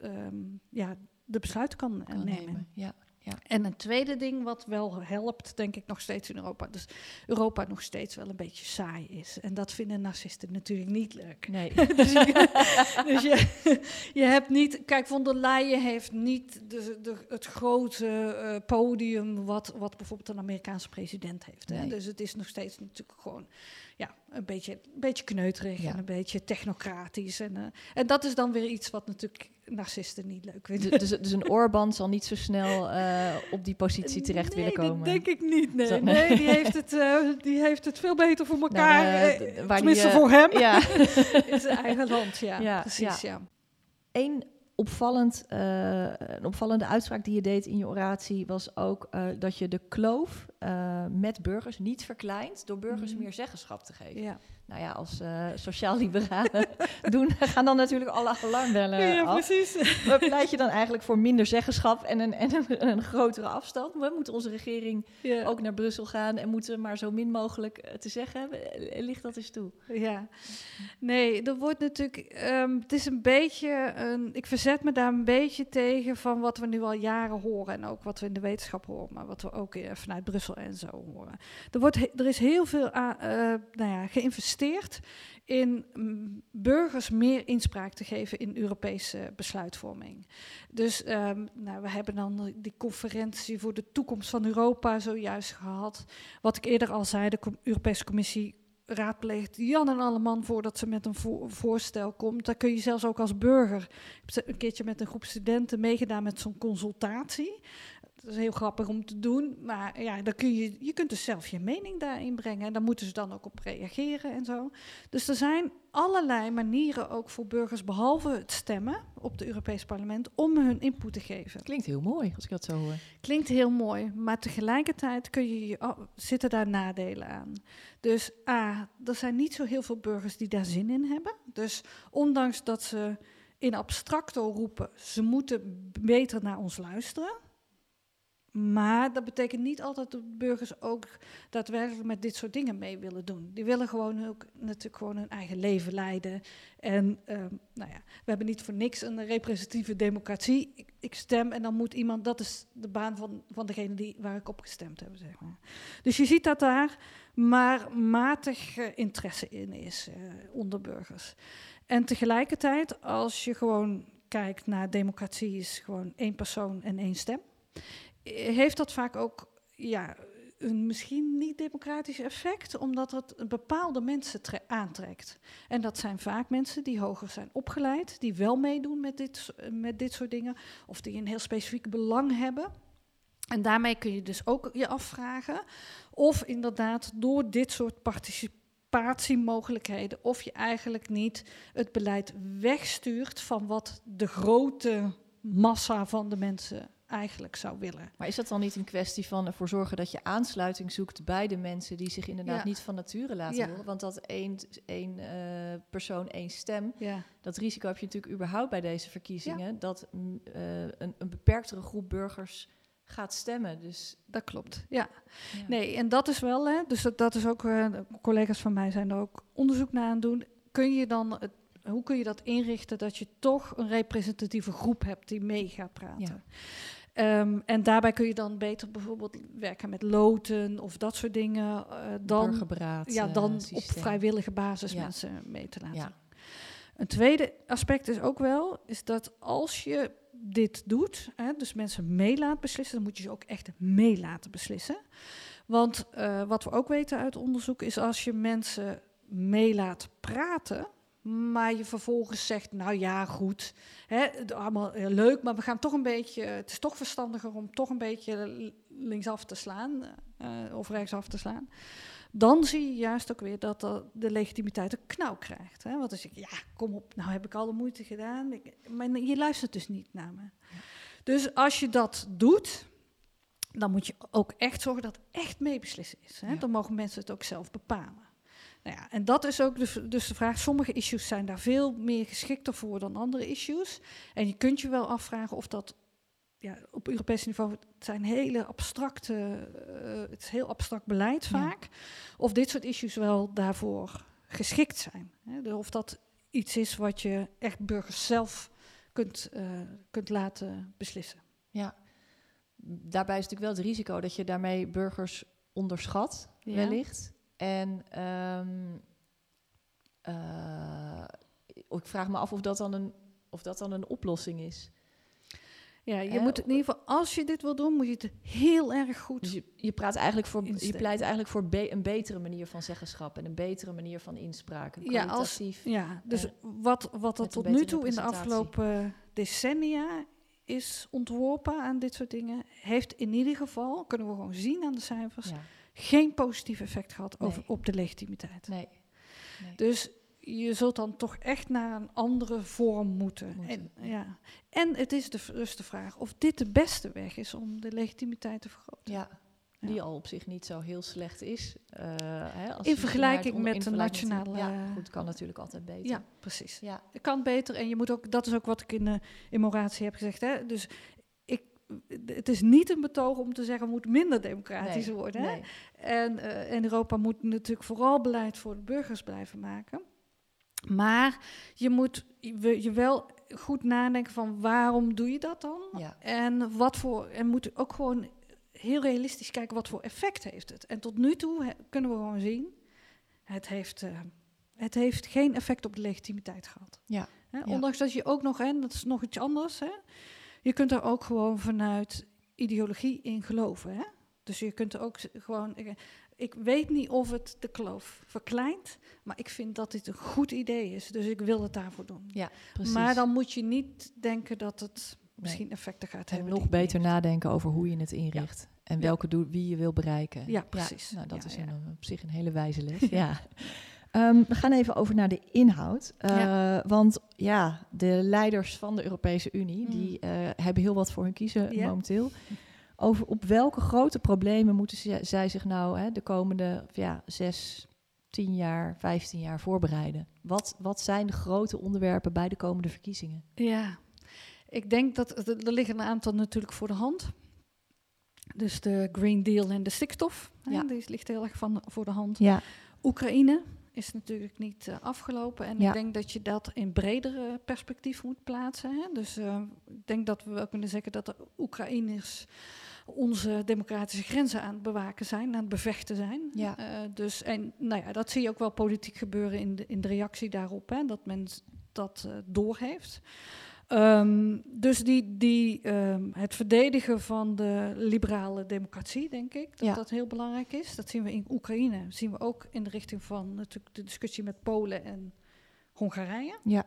um, ja, de besluiten kan, kan nemen. nemen. Ja. Ja. En een tweede ding wat wel helpt, denk ik nog steeds in Europa. Dus Europa nog steeds wel een beetje saai is. En dat vinden narcisten natuurlijk niet leuk. Nee. dus je, dus je, je hebt niet... Kijk, von der Leyen heeft niet de, de, het grote uh, podium wat, wat bijvoorbeeld een Amerikaanse president heeft. Hè? Nee. Dus het is nog steeds natuurlijk gewoon... Ja, een beetje, een beetje kneuterig ja. en een beetje technocratisch. En, uh, en dat is dan weer iets wat natuurlijk narcisten niet leuk vinden. Dus, dus een Orbán zal niet zo snel uh, op die positie terecht nee, willen komen? Nee, dat denk ik niet. Nee, dat, nee die, heeft het, uh, die heeft het veel beter voor elkaar. Nou, uh, uh, tenminste die, uh, voor hem. Ja. In zijn eigen land, ja. ja precies, ja. ja. Eén opvallend, uh, een opvallende uitspraak die je deed in je oratie was ook uh, dat je de kloof uh, met burgers niet verkleint door burgers mm. meer zeggenschap te geven. Ja. Nou ja, als uh, sociaal-liberalen doen, gaan dan natuurlijk alle alarmbellen ja, af. Precies. Maar pleit je dan eigenlijk voor minder zeggenschap en een, en een, een grotere afstand? We moeten onze regering ja. ook naar Brussel gaan en moeten maar zo min mogelijk uh, te zeggen hebben. Ligt dat eens toe? Ja, nee, er wordt natuurlijk, um, het is een beetje, een, ik verzet me daar een beetje tegen van wat we nu al jaren horen en ook wat we in de wetenschap horen, maar wat we ook uh, vanuit Brussel en zo horen. Er, wordt, er is heel veel uh, uh, nou ja, geïnvesteerd in um, burgers meer inspraak te geven in Europese besluitvorming. Dus um, nou, we hebben dan die conferentie voor de toekomst van Europa zojuist gehad. Wat ik eerder al zei, de Europese Commissie raadpleegt Jan en alleman voordat ze met een vo- voorstel komt. Daar kun je zelfs ook als burger... Ik heb een keertje met een groep studenten meegedaan met zo'n consultatie. Dat is heel grappig om te doen, maar ja, dan kun je, je kunt dus zelf je mening daarin brengen. En daar moeten ze dan ook op reageren en zo. Dus er zijn allerlei manieren ook voor burgers, behalve het stemmen op het Europees Parlement, om hun input te geven. Klinkt heel mooi, als ik dat zo hoor. Klinkt heel mooi, maar tegelijkertijd kun je, oh, zitten daar nadelen aan. Dus A, er zijn niet zo heel veel burgers die daar zin in hebben. Dus ondanks dat ze in abstracto roepen, ze moeten beter naar ons luisteren. Maar dat betekent niet altijd dat burgers ook daadwerkelijk met dit soort dingen mee willen doen. Die willen gewoon ook natuurlijk gewoon hun eigen leven leiden. En um, nou ja, we hebben niet voor niks een representatieve democratie. Ik, ik stem en dan moet iemand, dat is de baan van, van degene die, waar ik op gestemd heb, zeg maar. Dus je ziet dat daar maar matig uh, interesse in is uh, onder burgers. En tegelijkertijd, als je gewoon kijkt naar democratie, is gewoon één persoon en één stem. Heeft dat vaak ook, ja, een misschien niet democratisch effect, omdat het bepaalde mensen tre- aantrekt. En dat zijn vaak mensen die hoger zijn opgeleid, die wel meedoen met dit, met dit soort dingen, of die een heel specifiek belang hebben. En daarmee kun je dus ook je afvragen of inderdaad door dit soort participatiemogelijkheden, of je eigenlijk niet het beleid wegstuurt van wat de grote massa van de mensen eigenlijk zou willen. Maar is dat dan niet een kwestie van ervoor zorgen dat je aansluiting zoekt bij de mensen die zich inderdaad Ja. niet van nature laten Ja. horen? Want dat één, één uh, persoon, één stem, Ja. dat risico heb je natuurlijk überhaupt bij deze verkiezingen, Ja. dat mm, uh, een, een beperktere groep burgers gaat stemmen. Dus Dat klopt, ja. ja. Nee, en dat is wel, hè, dus dat, dat is ook, uh, collega's van mij zijn er ook onderzoek naar aan het doen. Kun je dan, het, hoe kun je dat inrichten dat je toch een representatieve groep hebt die mee gaat praten? Ja. Um, en daarbij kun je dan beter bijvoorbeeld werken met loten of dat soort dingen. Uh, dan, Burgerberaad, ja, dan uh, op vrijwillige basis ja. mensen mee te laten. Ja. Een tweede aspect is ook wel, is dat als je dit doet, hè, dus mensen mee laat beslissen, dan moet je ze ook echt mee laten beslissen. Want uh, wat we ook weten uit onderzoek is als je mensen mee laat praten, maar je vervolgens zegt, nou ja, goed, hè, het, allemaal uh, leuk, maar we gaan toch een beetje, het is toch verstandiger om toch een beetje linksaf te slaan uh, of rechtsaf te slaan. Dan zie je juist ook weer dat de, de legitimiteit een knauw krijgt. Hè? Want dan zeg je, ja, kom op, nou heb ik al de moeite gedaan. Ik, maar je luistert dus niet naar me. Ja. Dus als je dat doet, dan moet je ook echt zorgen dat het echt meebeslissen is. Hè? Ja. Dan mogen mensen het ook zelf bepalen. Nou ja, en dat is ook de, dus de vraag, sommige issues zijn daar veel meer geschikter voor dan andere issues. En je kunt je wel afvragen of dat, ja, op Europees niveau, het zijn hele abstracte, uh, het is heel abstract beleid vaak. Ja. Of dit soort issues wel daarvoor geschikt zijn. Hè? Of dat iets is wat je echt burgers zelf kunt, uh, kunt laten beslissen. Ja, daarbij is natuurlijk wel het risico dat je daarmee burgers onderschat, ja. wellicht. En um, uh, ik vraag me af of dat dan een, of dat dan een oplossing is. Ja, je He, moet in ieder geval, als je dit wil doen, moet je het heel erg goed dus je, je, praat eigenlijk voor, insteken. je pleit eigenlijk voor be, een betere manier van zeggenschap en een betere manier van inspraak. Ja, als, ja, dus uh, wat, wat er tot nu toe in de afgelopen decennia is ontworpen aan dit soort dingen, heeft in ieder geval, kunnen we gewoon zien aan de cijfers, ja. geen positief effect gehad over, nee. op de legitimiteit. Nee. Nee. Dus je zult dan toch echt naar een andere vorm moeten. moeten. En, ja. en het is de, dus de vraag of dit de beste weg is om de legitimiteit te vergroten. Ja, die ja. al op zich niet zo heel slecht is. Uh, hè, als in vergelijking onder, met in de nationale... Met, ja, goed, kan natuurlijk altijd beter. Ja, precies. Ja. Het kan beter en je moet ook, dat is ook wat ik in de in Moratie heb gezegd. Hè? Dus ik, het is niet een betoog om te zeggen, het moet minder democratisch nee, worden. Hè? Nee. En, uh, en Europa moet natuurlijk vooral beleid voor de burgers blijven maken. Maar je moet je, je wel goed nadenken van waarom doe je dat dan? Ja. En wat voor en moet ook gewoon heel realistisch kijken wat voor effect heeft het. En tot nu toe he, kunnen we gewoon zien, het heeft, uh, het heeft geen effect op de legitimiteit gehad. Ja. Hè? Ja. Ondanks dat je ook nog, en dat is nog iets anders, hè? Je kunt er ook gewoon vanuit ideologie in geloven. Hè? Dus je kunt er ook gewoon... Ik weet niet of het de kloof verkleint, maar ik vind dat dit een goed idee is. Dus ik wil het daarvoor doen. Ja, precies. Maar dan moet je niet denken dat het misschien nee. effecten gaat en hebben. nog beter nadenken over hoe je het inricht. Ja. En welke ja. doel, wie je wil bereiken. Ja, precies. Ja, nou, dat ja, is ja. Een, op zich een hele wijze les. ja. Um, we gaan even over naar de inhoud. Uh, ja. Want ja, de leiders van de Europese Unie, mm. die uh, hebben heel wat voor hun kiezen ja. momenteel. Over op welke grote problemen moeten ze, zij zich nou hè, de komende ja, zes, tien jaar, vijftien jaar voorbereiden? Wat, wat zijn de grote onderwerpen bij de komende verkiezingen? Ja, ik denk dat er, er liggen een aantal natuurlijk voor de hand. Dus de Green Deal en de stikstof, ja. hè, die ligt heel erg van, voor de hand. Ja. Oekraïne is natuurlijk niet uh, afgelopen. En ja. ik denk dat je dat in bredere perspectief moet plaatsen. Hè? Dus uh, ik denk dat we wel kunnen zeggen dat de Oekraïners onze democratische grenzen aan het bewaken zijn, aan het bevechten zijn. Ja. Uh, dus, en nou ja, dat zie je ook wel politiek gebeuren in de, in de reactie daarop, hè? Dat men dat uh, doorheeft. Um, dus die, die, um, het verdedigen van de liberale democratie, denk ik, dat Ja. dat heel belangrijk is. Dat zien we in Oekraïne. Dat zien we ook in de richting van natuurlijk de discussie met Polen en Hongarije. Ja.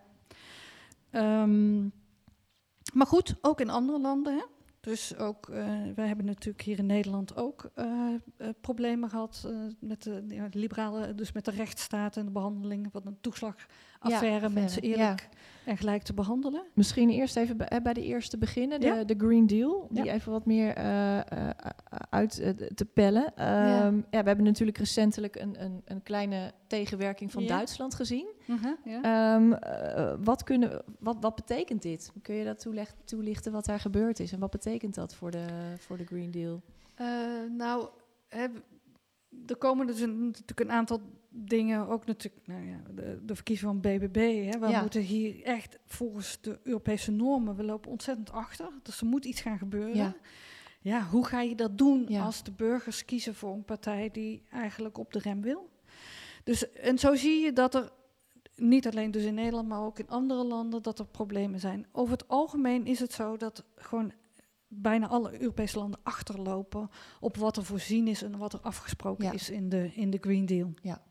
Um, maar goed, ook in andere landen. Hè? Dus ook, uh, wij hebben natuurlijk hier in Nederland ook uh, uh, problemen gehad uh, met de, ja, de liberale, dus met de rechtsstaat en de behandeling van een toeslagaffaire, Ja, mensen eerlijk ja. en gelijk te behandelen. Misschien eerst even bij, bij de eerste beginnen, de, Ja. de Green Deal, die Ja. even wat meer uh, uh, uit uh, te pellen. Um, Ja. ja, we hebben natuurlijk recentelijk een, een, een kleine tegenwerking van Ja. Duitsland gezien. Uh-huh, ja. Um, uh, wat, kunnen, wat, wat betekent dit? Kun je dat toelicht, toelichten wat daar gebeurd is? En wat betekent dat voor de, voor de Green Deal? Uh, nou, hè, er komen dus een, natuurlijk een aantal dingen, ook natuurlijk nou ja, de, de verkiezing van B B B. Hè, we Ja. moeten hier echt volgens de Europese normen, we lopen ontzettend achter. Dus er moet iets gaan gebeuren. Ja. Ja, hoe ga je dat doen Ja. als de burgers kiezen voor een partij die eigenlijk op de rem wil? Dus, en zo zie je dat er, niet alleen dus in Nederland, maar ook in andere landen, dat er problemen zijn. Over het algemeen is het zo dat gewoon bijna alle Europese landen achterlopen op wat er voorzien is en wat er afgesproken Ja. is in de, in de Green Deal. Ja.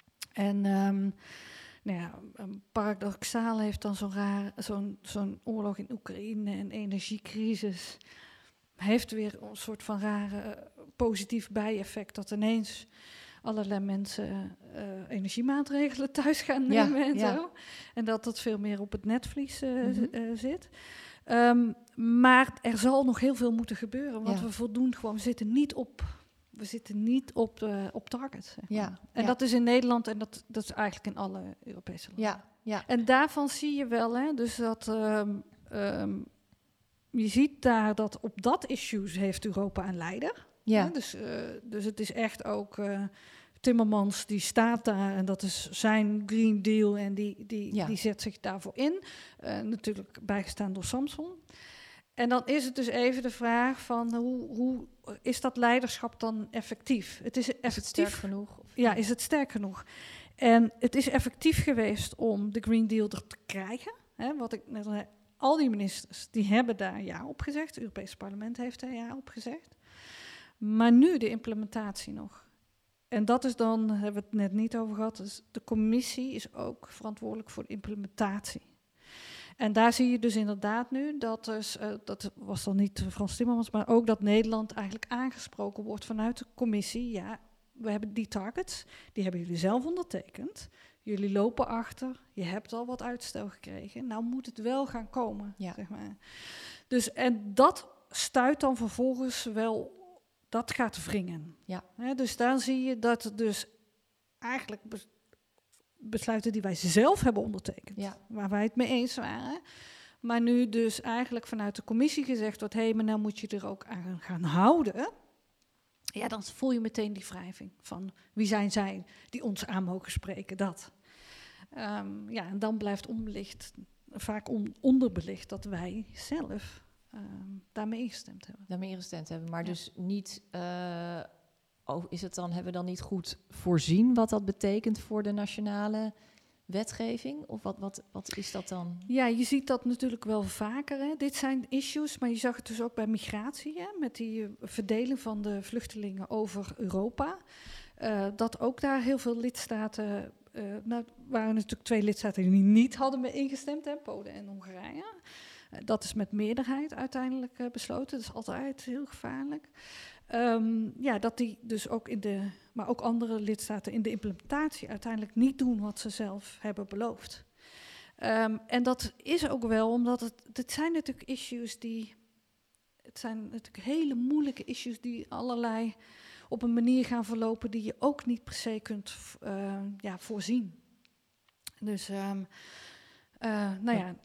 En um, nou ja, um, paradoxaal heeft dan zo'n raar, zo'n, zo'n oorlog in Oekraïne en energiecrisis heeft weer een soort van rare uh, positief bijeffect dat ineens allerlei mensen uh, energiemaatregelen thuis gaan Ja, nemen en ja. zo. En dat dat veel meer op het netvlies uh, Mhm. z- uh, zit. Um, maar er zal nog heel veel moeten gebeuren, want Ja. we voldoen gewoon, we zitten niet op, we zitten niet op, uh, op target. Zeg maar. Ja. En ja. dat is in Nederland en dat, dat is eigenlijk in alle Europese landen. Ja. Ja. En daarvan zie je wel, hè, dus dat um, um, je ziet daar dat op dat issue heeft Europa een leider. Ja. Hè, dus, uh, dus het is echt ook uh, Timmermans die staat daar en dat is zijn Green Deal en die, die, Ja. die zet zich daarvoor in. Uh, natuurlijk bijgestaan door Samson. En dan is het dus even de vraag van hoe, hoe is dat leiderschap dan effectief? Het is effectief. Is het sterk genoeg? Of- Ja, is het sterk genoeg? En het is effectief geweest om de Green Deal er te krijgen. Hè, wat ik net al zei, al die ministers die hebben daar ja op gezegd. Het Europese parlement heeft daar ja op gezegd. Maar nu de implementatie nog. En dat is dan, daar hebben we het net niet over gehad, dus de commissie is ook verantwoordelijk voor de implementatie. En daar zie je dus inderdaad nu dat, dus, uh, dat was dan niet Frans Timmermans, maar ook dat Nederland eigenlijk aangesproken wordt vanuit de commissie. Ja, we hebben die targets, die hebben jullie zelf ondertekend. Jullie lopen achter, je hebt al wat uitstel gekregen. Nou moet het wel gaan komen, Ja. zeg maar. Dus, en dat stuit dan vervolgens wel, dat gaat wringen. Ja. Hè, dus daar zie je dat het dus eigenlijk bes- besluiten die wij zelf hebben ondertekend, Ja. waar wij het mee eens waren, maar nu dus eigenlijk vanuit de commissie gezegd wordt, hé, hey, maar nou moet je er ook aan gaan houden. Ja, dan voel je meteen die wrijving van wie zijn zij die ons aan mogen spreken, dat. Um, ja, en dan blijft onbelicht, vaak on- onderbelicht dat wij zelf um, daarmee ingestemd hebben. Daarmee ingestemd hebben, maar Ja. dus niet... Uh, oh, is het dan, hebben we dan niet goed voorzien wat dat betekent voor de nationale wetgeving? Of wat, wat, wat is dat dan? Ja, je ziet dat natuurlijk wel vaker. Hè. Dit zijn issues, maar je zag het dus ook bij migratie, hè, met die uh, verdeling van de vluchtelingen over Europa. Uh, dat ook daar heel veel lidstaten, uh, nou waren natuurlijk twee lidstaten die niet hadden mee ingestemd, hè, Polen en Hongarije. Uh, dat is met meerderheid uiteindelijk uh, besloten. Dat is altijd heel gevaarlijk. Um, ja, dat die dus ook in de, maar ook andere lidstaten in de implementatie uiteindelijk niet doen wat ze zelf hebben beloofd. Um, en dat is ook wel omdat het, het zijn natuurlijk issues die, het zijn natuurlijk hele moeilijke issues die allerlei op een manier gaan verlopen die je ook niet per se kunt uh, ja, voorzien. Dus, um, uh, nou ja,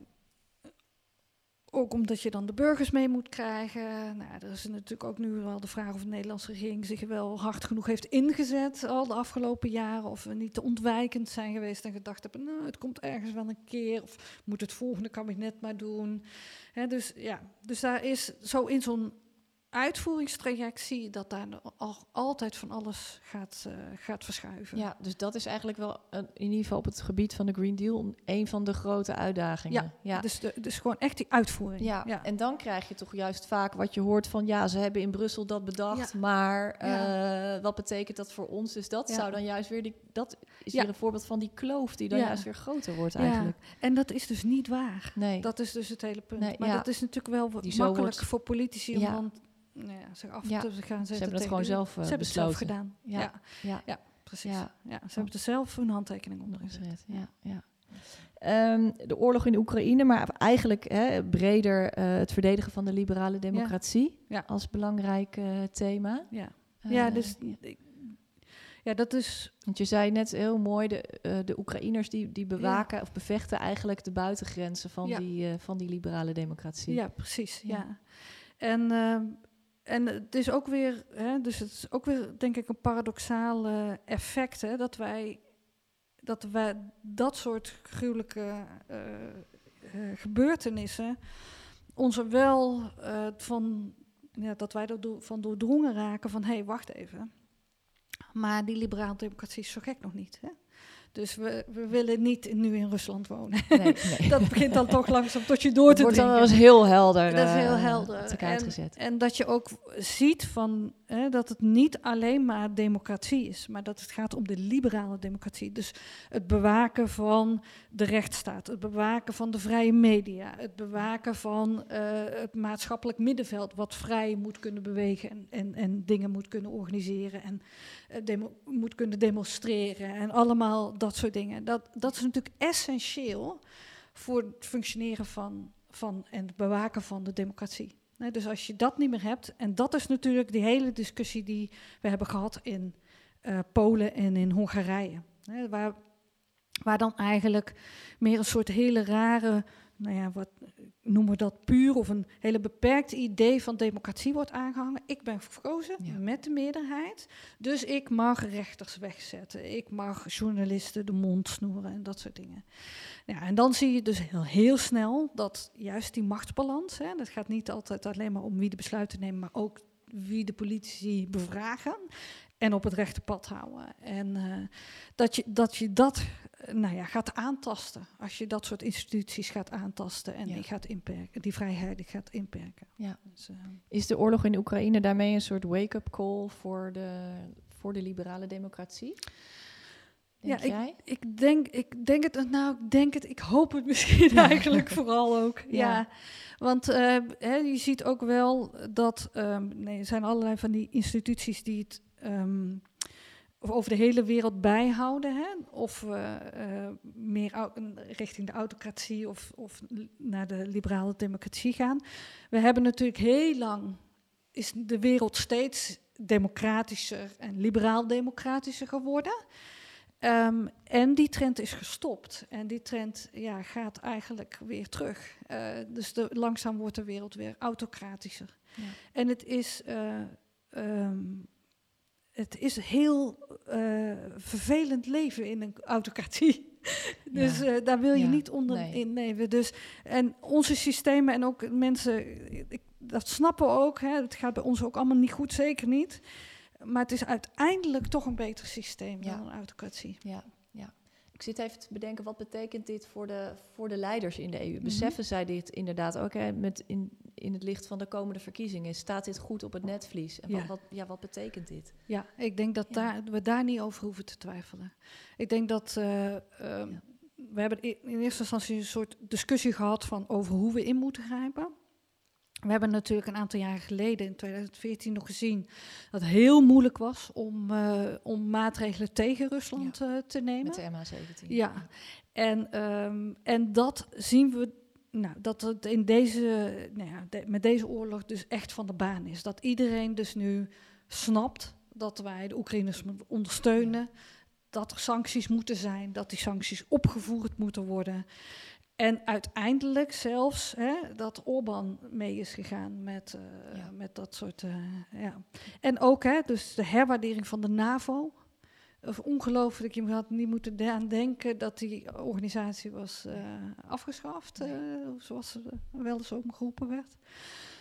ook omdat je dan de burgers mee moet krijgen. Nou, er is natuurlijk ook nu wel de vraag of de Nederlandse regering zich wel hard genoeg heeft ingezet al de afgelopen jaren. Of we niet te ontwijkend zijn geweest en gedacht hebben, nou, het komt ergens wel een keer. Of moet het volgende kabinet maar doen. Hè, dus ja, dus daar is zo in zo'n uitvoeringstraject zie je dat daar al, altijd van alles gaat, uh, gaat verschuiven. Ja, dus dat is eigenlijk wel een, in ieder geval op het gebied van de Green Deal een van de grote uitdagingen. Ja, ja. Dus, de, dus gewoon echt die uitvoering. Ja. Ja, en dan krijg je toch juist vaak wat je hoort van ja, ze hebben in Brussel dat bedacht, ja. maar uh, ja. wat betekent dat voor ons? Dus dat ja. zou dan juist weer, die, dat is ja. weer een voorbeeld van die kloof die dan ja. juist weer groter wordt eigenlijk. Ja. En dat is dus niet waar. Nee. Dat is dus het hele punt. Nee, maar ja. dat is natuurlijk wel die makkelijk wordt... voor politici om ja. dan nou ja, zich af ja. te gaan zetten. Ze hebben het gewoon zelf uh, Ze hebben het zelf besloten. gedaan. Ja, ja. ja. ja precies. Ja. Ja, ze hebben er zelf hun handtekening onder gezet. Ja, ja. Um, de oorlog in Oekraïne, maar eigenlijk hè, breder uh, het verdedigen van de liberale democratie ja. Ja. als belangrijk uh, thema. Ja, uh, ja dus... Ja. Ja, dat is... Want je zei net heel mooi, de, uh, de Oekraïners die, die bewaken ja. of bevechten eigenlijk de buitengrenzen van, ja. die, uh, van die liberale democratie. Ja, precies. Ja. Ja. En, uh, en het is ook weer, hè, dus het is ook weer denk ik een paradoxaal uh, effect, hè, dat wij dat wij dat soort gruwelijke uh, uh, gebeurtenissen ons er wel uh, van, ja, dat wij er do- van doordrongen raken van hé, hey, wacht even. Maar die liberale democratie is zo gek nog niet. Hè? Dus we, we willen niet nu in Rusland wonen. Nee, nee. Dat begint dan toch langzaam tot je door te drinken. Dat wordt dan wel heel helder. Dat is heel helder. Uh, en, en dat je ook ziet van, hè, dat het niet alleen maar democratie is, maar dat het gaat om de liberale democratie. Dus het bewaken van de rechtsstaat, het bewaken van de vrije media, het bewaken van uh, het maatschappelijk middenveld wat vrij moet kunnen bewegen en, en, en dingen moet kunnen organiseren en uh, demo, moet kunnen demonstreren en allemaal dat soort dingen. Dat, dat is natuurlijk essentieel voor het functioneren van, van en het bewaken van de democratie. Nee, dus als je dat niet meer hebt, en dat is natuurlijk die hele discussie die we hebben gehad in uh, Polen en in Hongarije. Hè, waar, waar dan eigenlijk meer een soort hele rare, nou ja, wat noemen we dat, puur of een hele beperkt idee van democratie wordt aangehangen. Ik ben verkozen ja. met de meerderheid, dus ik mag rechters wegzetten. Ik mag journalisten de mond snoeren en dat soort dingen. Ja, en dan zie je dus heel, heel snel dat juist die machtsbalans, hè, dat gaat niet altijd alleen maar om wie de besluiten neemt, maar ook wie de politici bevragen en op het rechte pad houden. En uh, dat, je, dat je dat nou ja, gaat aantasten, als je dat soort instituties gaat aantasten en ja. die, gaat inperken, die vrijheid gaat inperken. Ja. Dus, uh, is de oorlog in Oekraïne daarmee een soort wake-up call voor de, voor de liberale democratie? Denk ja, jij? Ik, ik, denk, ik denk het, nou, ik denk het, ik hoop het misschien ja. eigenlijk vooral ook. Ja, ja. Want uh, hè, je ziet ook wel dat, um, nee, er zijn allerlei van die instituties die het um, over de hele wereld bijhouden, hè? Of uh, uh, meer au- richting de autocratie of, of naar de liberale democratie gaan. We hebben natuurlijk heel lang, is de wereld steeds democratischer en liberaal-democratischer geworden. Um, en die trend is gestopt. En die trend ja, gaat eigenlijk weer terug. Uh, dus de, langzaam wordt de wereld weer autocratischer. Ja. En het is, uh, um, het is heel uh, vervelend leven in een autocratie. Dus ja. uh, daar wil je ja. niet onder nee. in leven. Dus, en onze systemen en ook mensen, ik, dat snappen we ook. Hè, het gaat bij ons ook allemaal niet goed, zeker niet. Maar het is uiteindelijk toch een beter systeem ja. dan een autocratie. Ja, ja. Ik zit even te bedenken, wat betekent dit voor de, voor de leiders in de E U? Mm-hmm. Beseffen zij dit inderdaad ook hè, met in, in het licht van de komende verkiezingen? Staat dit goed op het netvlies? En ja. Wat, wat, ja, wat betekent dit? Ja, ik denk dat ja. daar, we daar niet over hoeven te twijfelen. Ik denk dat uh, uh, ja. we hebben in eerste instantie een soort discussie gehad van over hoe we in moeten grijpen. We hebben natuurlijk een aantal jaren geleden, in twintig veertien, nog gezien dat het heel moeilijk was om, uh, om maatregelen tegen Rusland ja. uh, te nemen. Met de M H zeventien. Ja, en, um, en dat zien we, nou, dat het in deze, nou ja, de, met deze oorlog dus echt van de baan is. Dat iedereen dus nu snapt dat wij de Oekraïners moeten ondersteunen, dat er sancties moeten zijn, dat die sancties opgevoerd moeten worden. En uiteindelijk zelfs hè, dat Orbán mee is gegaan met, uh, ja. met dat soort... Uh, ja. En ook hè, dus de herwaardering van de NAVO. Ongelooflijk, je had niet moeten aan denken dat die organisatie was uh, afgeschaft, uh, zoals ze wel eens omgeroepen werd.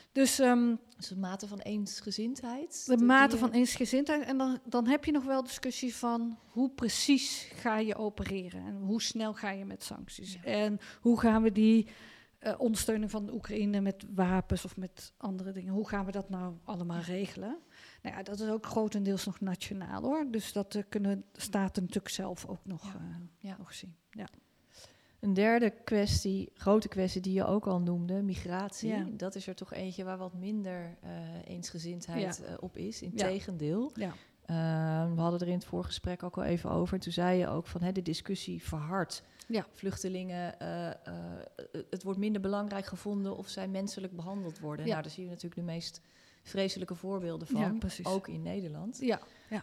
Dus um, dus de mate van eensgezindheid? De, de mate je... van eensgezindheid. En dan, dan heb je nog wel discussie van hoe precies ga je opereren en hoe snel ga je met sancties. Ja. En hoe gaan we die uh, ondersteuning van de Oekraïne met wapens of met andere dingen, hoe gaan we dat nou allemaal regelen? Nou ja, dat is ook grotendeels nog nationaal hoor. Dus dat uh, kunnen de staten natuurlijk zelf ook nog, ja. Uh, ja. nog zien. Ja. Een derde kwestie, grote kwestie die je ook al noemde, migratie. Ja. Dat is er toch eentje waar wat minder uh, eensgezindheid ja. uh, op is. Integendeel. Ja. Uh, we hadden er in het voorgesprek ook al even over. Toen zei je ook van hè, de discussie verhardt. Ja. Vluchtelingen, uh, uh, het wordt minder belangrijk gevonden of zij menselijk behandeld worden. Ja. Nou, daar zie je natuurlijk de meest vreselijke voorbeelden van, ja, ook in Nederland. Ja, ja.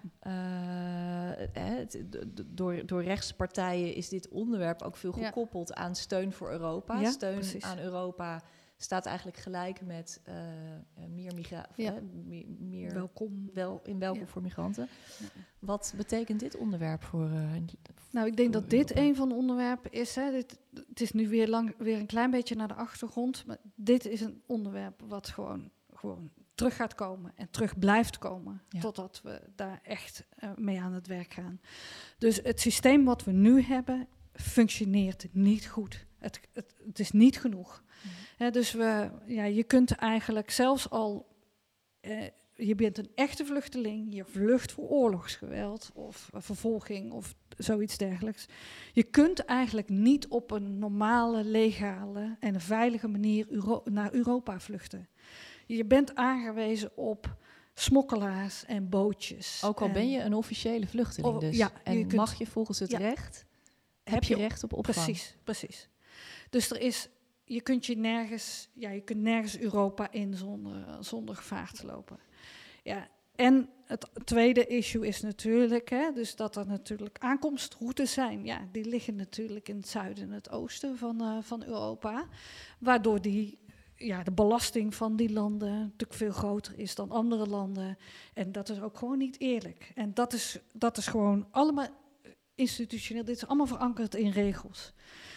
Uh, het, door, door rechtspartijen is dit onderwerp ook veel gekoppeld ja. aan steun voor Europa. Ja, steun precies. aan Europa staat eigenlijk gelijk met uh, meer, migra- ja. uh, meer, meer welkom, wel, in welkom ja. voor migranten. Ja. Wat betekent dit onderwerp voor uh, Nou, ik denk dat dit Europa? een van de onderwerpen is. Hè, dit, het is nu weer, lang, weer een klein beetje naar de achtergrond. Maar dit is een onderwerp wat gewoon... gewoon terug gaat komen en terug blijft komen, ja. totdat we daar echt uh, mee aan het werk gaan. Dus het systeem wat we nu hebben, functioneert niet goed. Het, het, het is niet genoeg. Mm. He, dus we, ja, je kunt eigenlijk zelfs al... Uh, je bent een echte vluchteling, je vlucht voor oorlogsgeweld of uh, vervolging of zoiets dergelijks. Je kunt eigenlijk niet op een normale, legale en een veilige manier Euro- naar Europa vluchten. Je bent aangewezen op smokkelaars en bootjes. Ook al en ben je een officiële vluchteling of, dus. Ja, en kunt, mag je volgens het ja, recht, heb, heb je recht op opvang. Precies, precies. Dus er is, je kunt je nergens, ja, je kunt nergens Europa in zonder, zonder gevaar te lopen. Ja, en het tweede issue is natuurlijk, hè, dus dat er natuurlijk aankomstroutes zijn. Ja, die liggen natuurlijk in het zuiden en het oosten van, uh, van Europa, waardoor die... Ja, de belasting van die landen natuurlijk veel groter is dan andere landen. En dat is ook gewoon niet eerlijk. En dat is, dat is gewoon allemaal institutioneel. Dit is allemaal verankerd in regels.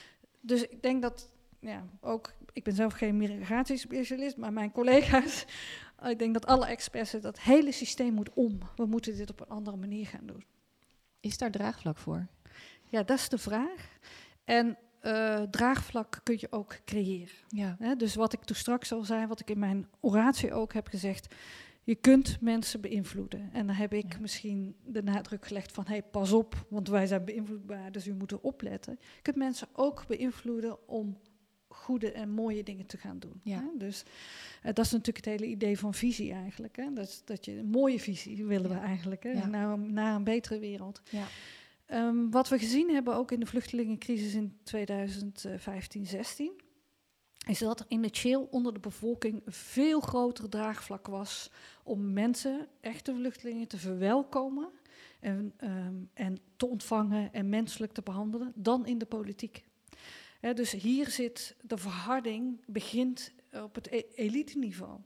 Dus ik denk dat, ja, ook... Ik ben zelf geen migratiespecialist, maar mijn collega's... Ik denk dat alle experts zeggen, dat hele systeem moet om. We moeten dit op een andere manier gaan doen. Is daar draagvlak voor? Ja, dat is de vraag. En... Uh, draagvlak kun je ook creëren. Ja. He, dus wat ik toen straks al zei, wat ik in mijn oratie ook heb gezegd, je kunt mensen beïnvloeden. En dan heb ik ja. misschien de nadruk gelegd van, hey, pas op, want wij zijn beïnvloedbaar, dus u moet erop letten. Je kunt mensen ook beïnvloeden om goede en mooie dingen te gaan doen. Ja. He, dus uh, dat is natuurlijk het hele idee van visie eigenlijk. Hè? Dat, is, dat je een mooie visie willen ja. we eigenlijk, hè? Ja. Naar, naar een betere wereld. Ja. Um, wat we gezien hebben, ook in de vluchtelingencrisis in tweeduizend vijftien zestien... is dat er in de Chill onder de bevolking een veel groter draagvlak was om mensen, echte vluchtelingen, te verwelkomen en, um, en te ontvangen en menselijk te behandelen dan in de politiek. He, dus hier zit de verharding, begint op het e- elite-niveau.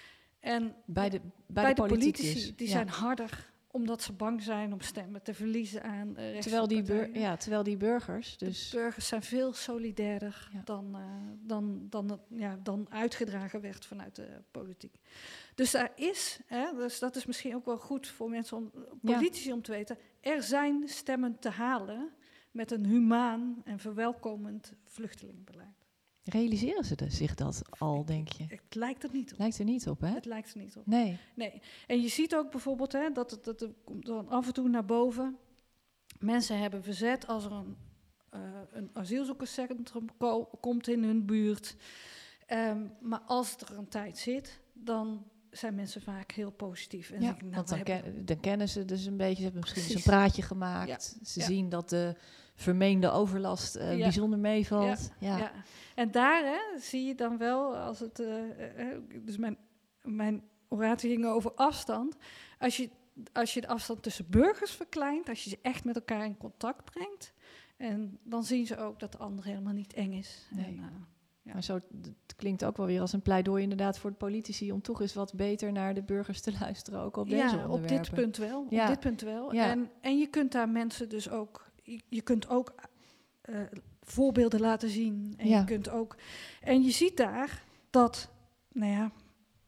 En bij de, bij bij de, de politici, dus. die ja. zijn harder... omdat ze bang zijn om stemmen te verliezen aan uh, terwijl, die bur- ja, terwijl die burgers... Dus de burgers zijn veel solidairder ja. dan, uh, dan, dan, het, ja, dan uitgedragen werd vanuit de politiek. Dus daar is, hè, dus dat is misschien ook wel goed voor mensen, om, politici ja. om te weten... er zijn stemmen te halen met een humaan en verwelkomend vluchtelingenbeleid. Realiseren ze zich dat al, denk je? Het lijkt er niet op. Lijkt er niet op, hè? Het lijkt er niet op. Nee. nee. En je ziet ook bijvoorbeeld, hè, dat het, dat het komt dan af en toe naar boven. Mensen hebben verzet als er een, uh, een asielzoekerscentrum ko- komt in hun buurt. Um, maar als het er een tijd zit, dan zijn mensen vaak heel positief. En ja, denk, nou, want dan, hebben... ken, dan kennen ze dus een beetje, ze hebben misschien eens een praatje gemaakt. Ja. Ze ja. zien dat de vermeende overlast uh, ja. bijzonder meevalt. Ja. Ja. Ja. En daar hè, zie je dan wel, als het, uh, uh, dus mijn, mijn oratie ging over afstand. Als je, als je de afstand tussen burgers verkleint, als je ze echt met elkaar in contact brengt, en dan zien ze ook dat de ander helemaal niet eng is. Nee. En, uh, ja. Maar zo, het klinkt ook wel weer als een pleidooi inderdaad voor de politici om toch eens wat beter naar de burgers te luisteren, ook op deze ja, onderwerpen. op dit punt wel. Ja. Op dit punt wel. Ja. En, en je kunt daar mensen dus ook, je, je kunt ook uh, voorbeelden laten zien. En ja. je kunt ook, en je ziet daar dat, nou ja,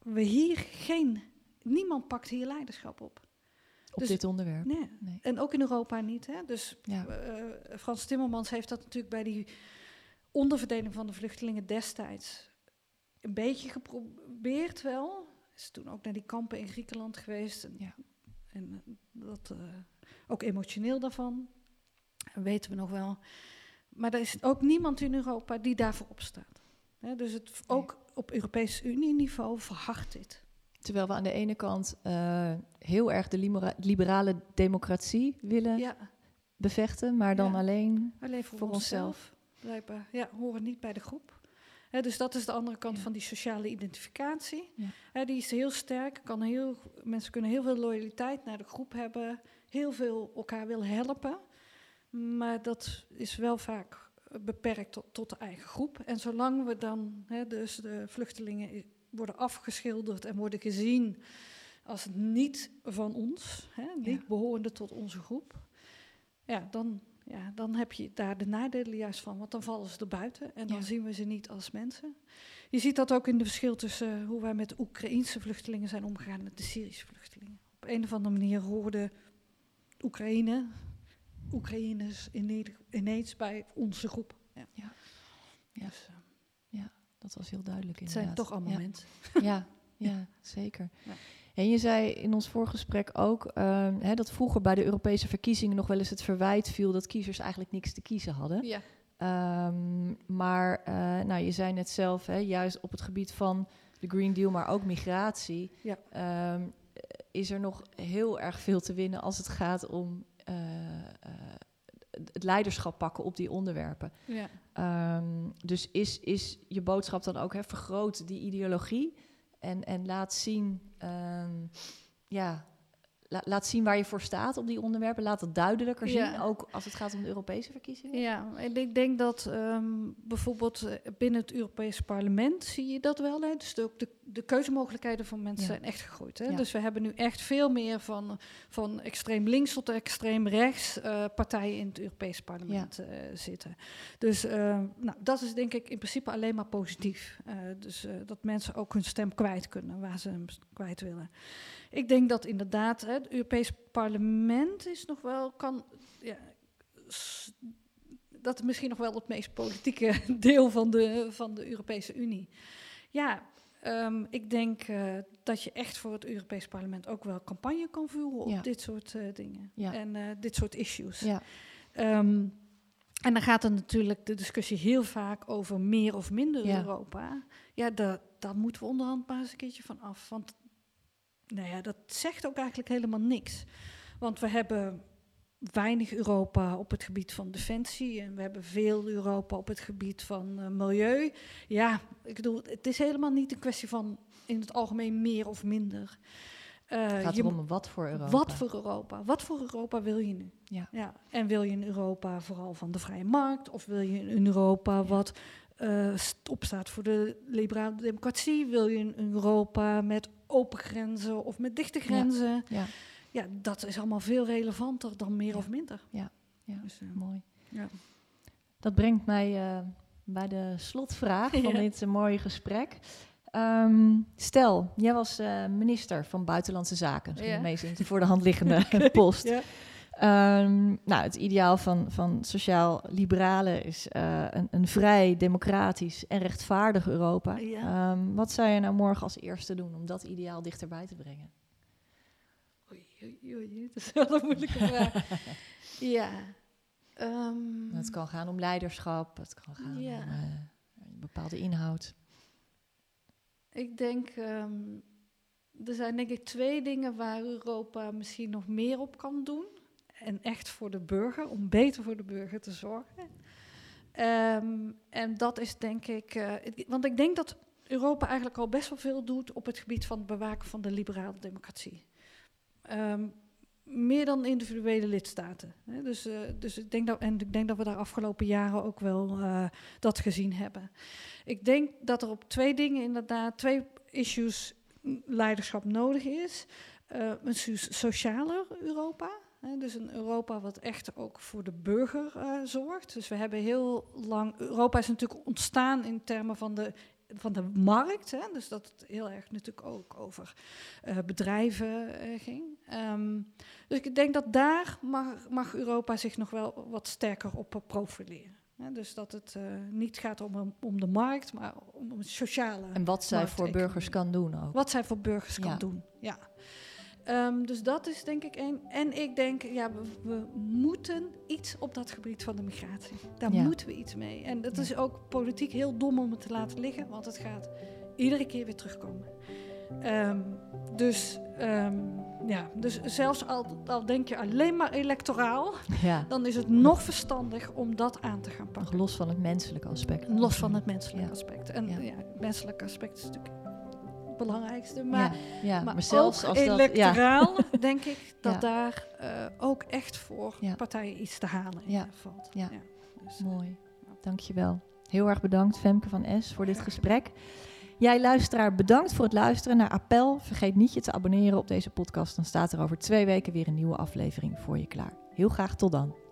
we hier geen... Niemand pakt hier leiderschap op. Op Dus- dit onderwerp. Nee. Nee. En ook in Europa niet. Hè? Dus Ja. uh, Frans Timmermans heeft dat natuurlijk bij die onderverdeling van de vluchtelingen destijds een beetje geprobeerd wel. Is toen ook naar die kampen in Griekenland geweest. En, Ja. en uh, dat, uh, ook emotioneel daarvan. Dat weten we nog wel. Maar er is ook niemand in Europa die daarvoor opstaat. Hè? Dus het Nee. ook op Europees Unie-niveau verhardt dit. Terwijl we aan de ene kant uh, heel erg de libera- liberale democratie willen Ja, bevechten, maar dan Ja. alleen alleen voor, voor onszelf. onszelf. Blijkbaar. Ja, horen niet bij de groep. Hè, dus dat is de andere kant Ja. van die sociale identificatie. Ja. Hè, die is heel sterk. Kan heel, mensen kunnen heel veel loyaliteit naar de groep hebben. Heel veel elkaar willen helpen. Maar dat is wel vaak beperkt tot, tot de eigen groep. En zolang we dan, hè, dus de vluchtelingen worden afgeschilderd en worden gezien als niet van ons, hè, niet Ja. behorende tot onze groep, ja, dan, ja, dan heb je daar de nadelen juist van, want dan vallen ze er buiten en dan Ja. zien we ze niet als mensen. Je ziet dat ook in het verschil tussen uh, hoe wij met de Oekraïense vluchtelingen zijn omgegaan met de Syrische vluchtelingen. Op een of andere manier hoorde Oekraïne, Oekraïners ineens bij onze groep. Ja. Ja. Ja. Dus, uh, Dat was heel duidelijk het inderdaad. zijn toch allemaal ja. mensen. Ja, ja, zeker. Ja. En je zei in ons voorgesprek ook um, hè, dat vroeger bij de Europese verkiezingen nog wel eens het verwijt viel dat kiezers eigenlijk niks te kiezen hadden. Ja. Um, maar uh, nou, je zei net zelf, hè, juist op het gebied van de Green Deal, maar ook migratie, Ja. um, is er nog heel erg veel te winnen als het gaat om uh, uh, het leiderschap pakken op die onderwerpen. Ja. Um, dus is, is je boodschap dan ook, hè, vergroot die ideologie en, en laat zien, um, ja, la, laat zien waar je voor staat op die onderwerpen. Laat het duidelijker zien, Ja. ook als het gaat om de Europese verkiezingen. Ja, en ik denk dat um, bijvoorbeeld uh, binnen het Europese parlement zie je dat wel. Hè? Dus de, de, de keuzemogelijkheden van mensen Ja. zijn echt gegroeid. Hè? Ja. Dus we hebben nu echt veel meer van, van extreem links tot extreem rechts uh, partijen in het Europese parlement ja. uh, zitten. Dus uh, nou, dat is denk ik in principe alleen maar positief. Uh, dus uh, dat mensen ook hun stem kwijt kunnen waar ze hem kwijt willen. Ik denk dat inderdaad hè, het Europees parlement is nog wel kan. Ja, s- dat is misschien nog wel het meest politieke deel van de, van de Europese Unie. Ja, um, ik denk uh, dat je echt voor het Europees parlement ook wel campagne kan voeren op Ja. dit soort uh, dingen. Ja. En uh, dit soort issues. Ja. Um, en dan gaat er natuurlijk de discussie heel vaak over meer of minder Ja. Europa. Ja, daar, daar moeten we onderhand maar eens een keertje van af. Want nou ja, dat zegt ook eigenlijk helemaal niks. Want we hebben weinig Europa op het gebied van defensie en we hebben veel Europa op het gebied van uh, milieu. Ja, ik bedoel, het is helemaal niet een kwestie van in het algemeen meer of minder. Uh, Het gaat je erom wat voor Europa. Wat voor Europa? Wat voor Europa wil je nu? Ja. Ja. En wil je een Europa vooral van de vrije markt? Of wil je een Europa Ja. wat uh, opstaat voor de liberale democratie? Wil je een Europa met open grenzen of met dichte grenzen? Ja. Ja, dat is allemaal veel relevanter dan meer Ja. of minder. Ja, ja. Dus, uh, Mooi. ja. Dat brengt mij uh, bij de slotvraag van Ja. dit uh, mooie gesprek. Um, stel, jij was uh, minister van Buitenlandse Zaken. Misschien Ja. de meest voor de hand liggende post. Ja. Um, nou, het ideaal van, van sociaal-liberalen is uh, een, een vrij, democratisch en rechtvaardig Europa. Ja. Um, wat zou je nou morgen als eerste doen om dat ideaal dichterbij te brengen? Oei, oei, oei, dat is wel een moeilijke vraag. Ja. Um, Het kan gaan om leiderschap, het kan gaan Ja. om uh, een bepaalde inhoud. Ik denk, um, er zijn denk ik twee dingen waar Europa misschien nog meer op kan doen. En echt voor de burger, om beter voor de burger te zorgen. Um, en dat is denk ik, uh, ik, want ik denk dat Europa eigenlijk al best wel veel doet op het gebied van het bewaken van de liberale democratie. Um, meer dan individuele lidstaten. Hè? Dus, uh, dus ik denk dat, en ik denk dat we daar afgelopen jaren ook wel uh, dat gezien hebben. Ik denk dat er op twee dingen inderdaad, twee issues leiderschap nodig is. Uh, een socialer Europa. Hè? Dus een Europa wat echt ook voor de burger uh, zorgt. Dus we hebben heel lang, Europa is natuurlijk ontstaan in termen van de van de markt. Hè, dus dat het heel erg natuurlijk ook over uh, bedrijven uh, ging. Um, dus ik denk dat daar mag, mag Europa zich nog wel wat sterker op profileren. Hè, dus dat het uh, niet gaat om, om de markt, maar om een sociale. En wat zij voor burgers kan doen ook. Wat zij voor burgers kan ja. doen, ja. Um, dus dat is denk ik één. En ik denk, ja, we, we moeten iets op dat gebied van de migratie. Daar ja. moeten we iets mee. En het ja. is ook politiek heel dom om het te laten liggen, want het gaat iedere keer weer terugkomen. Um, dus, um, ja, dus zelfs al, al denk je alleen maar electoraal, ja. dan is het nog verstandig om dat aan te gaan pakken. Nog los van het menselijke aspect. Los van het menselijke ja. aspect. En ja. ja, het menselijke aspect is natuurlijk het belangrijkste. Maar, ja, ja, maar, maar zelfs als electoraal dat, ja. denk ik dat ja. daar uh, ook echt voor ja. partijen iets te halen ja. valt. Ja. Ja. Dus, mooi, ja. dankjewel. Heel erg bedankt Femke van Es voor dit ja. gesprek. Jij luisteraar, bedankt voor het luisteren naar Appel. Vergeet niet je te abonneren op deze podcast. Dan staat er over twee weken weer een nieuwe aflevering voor je klaar. Heel graag tot dan.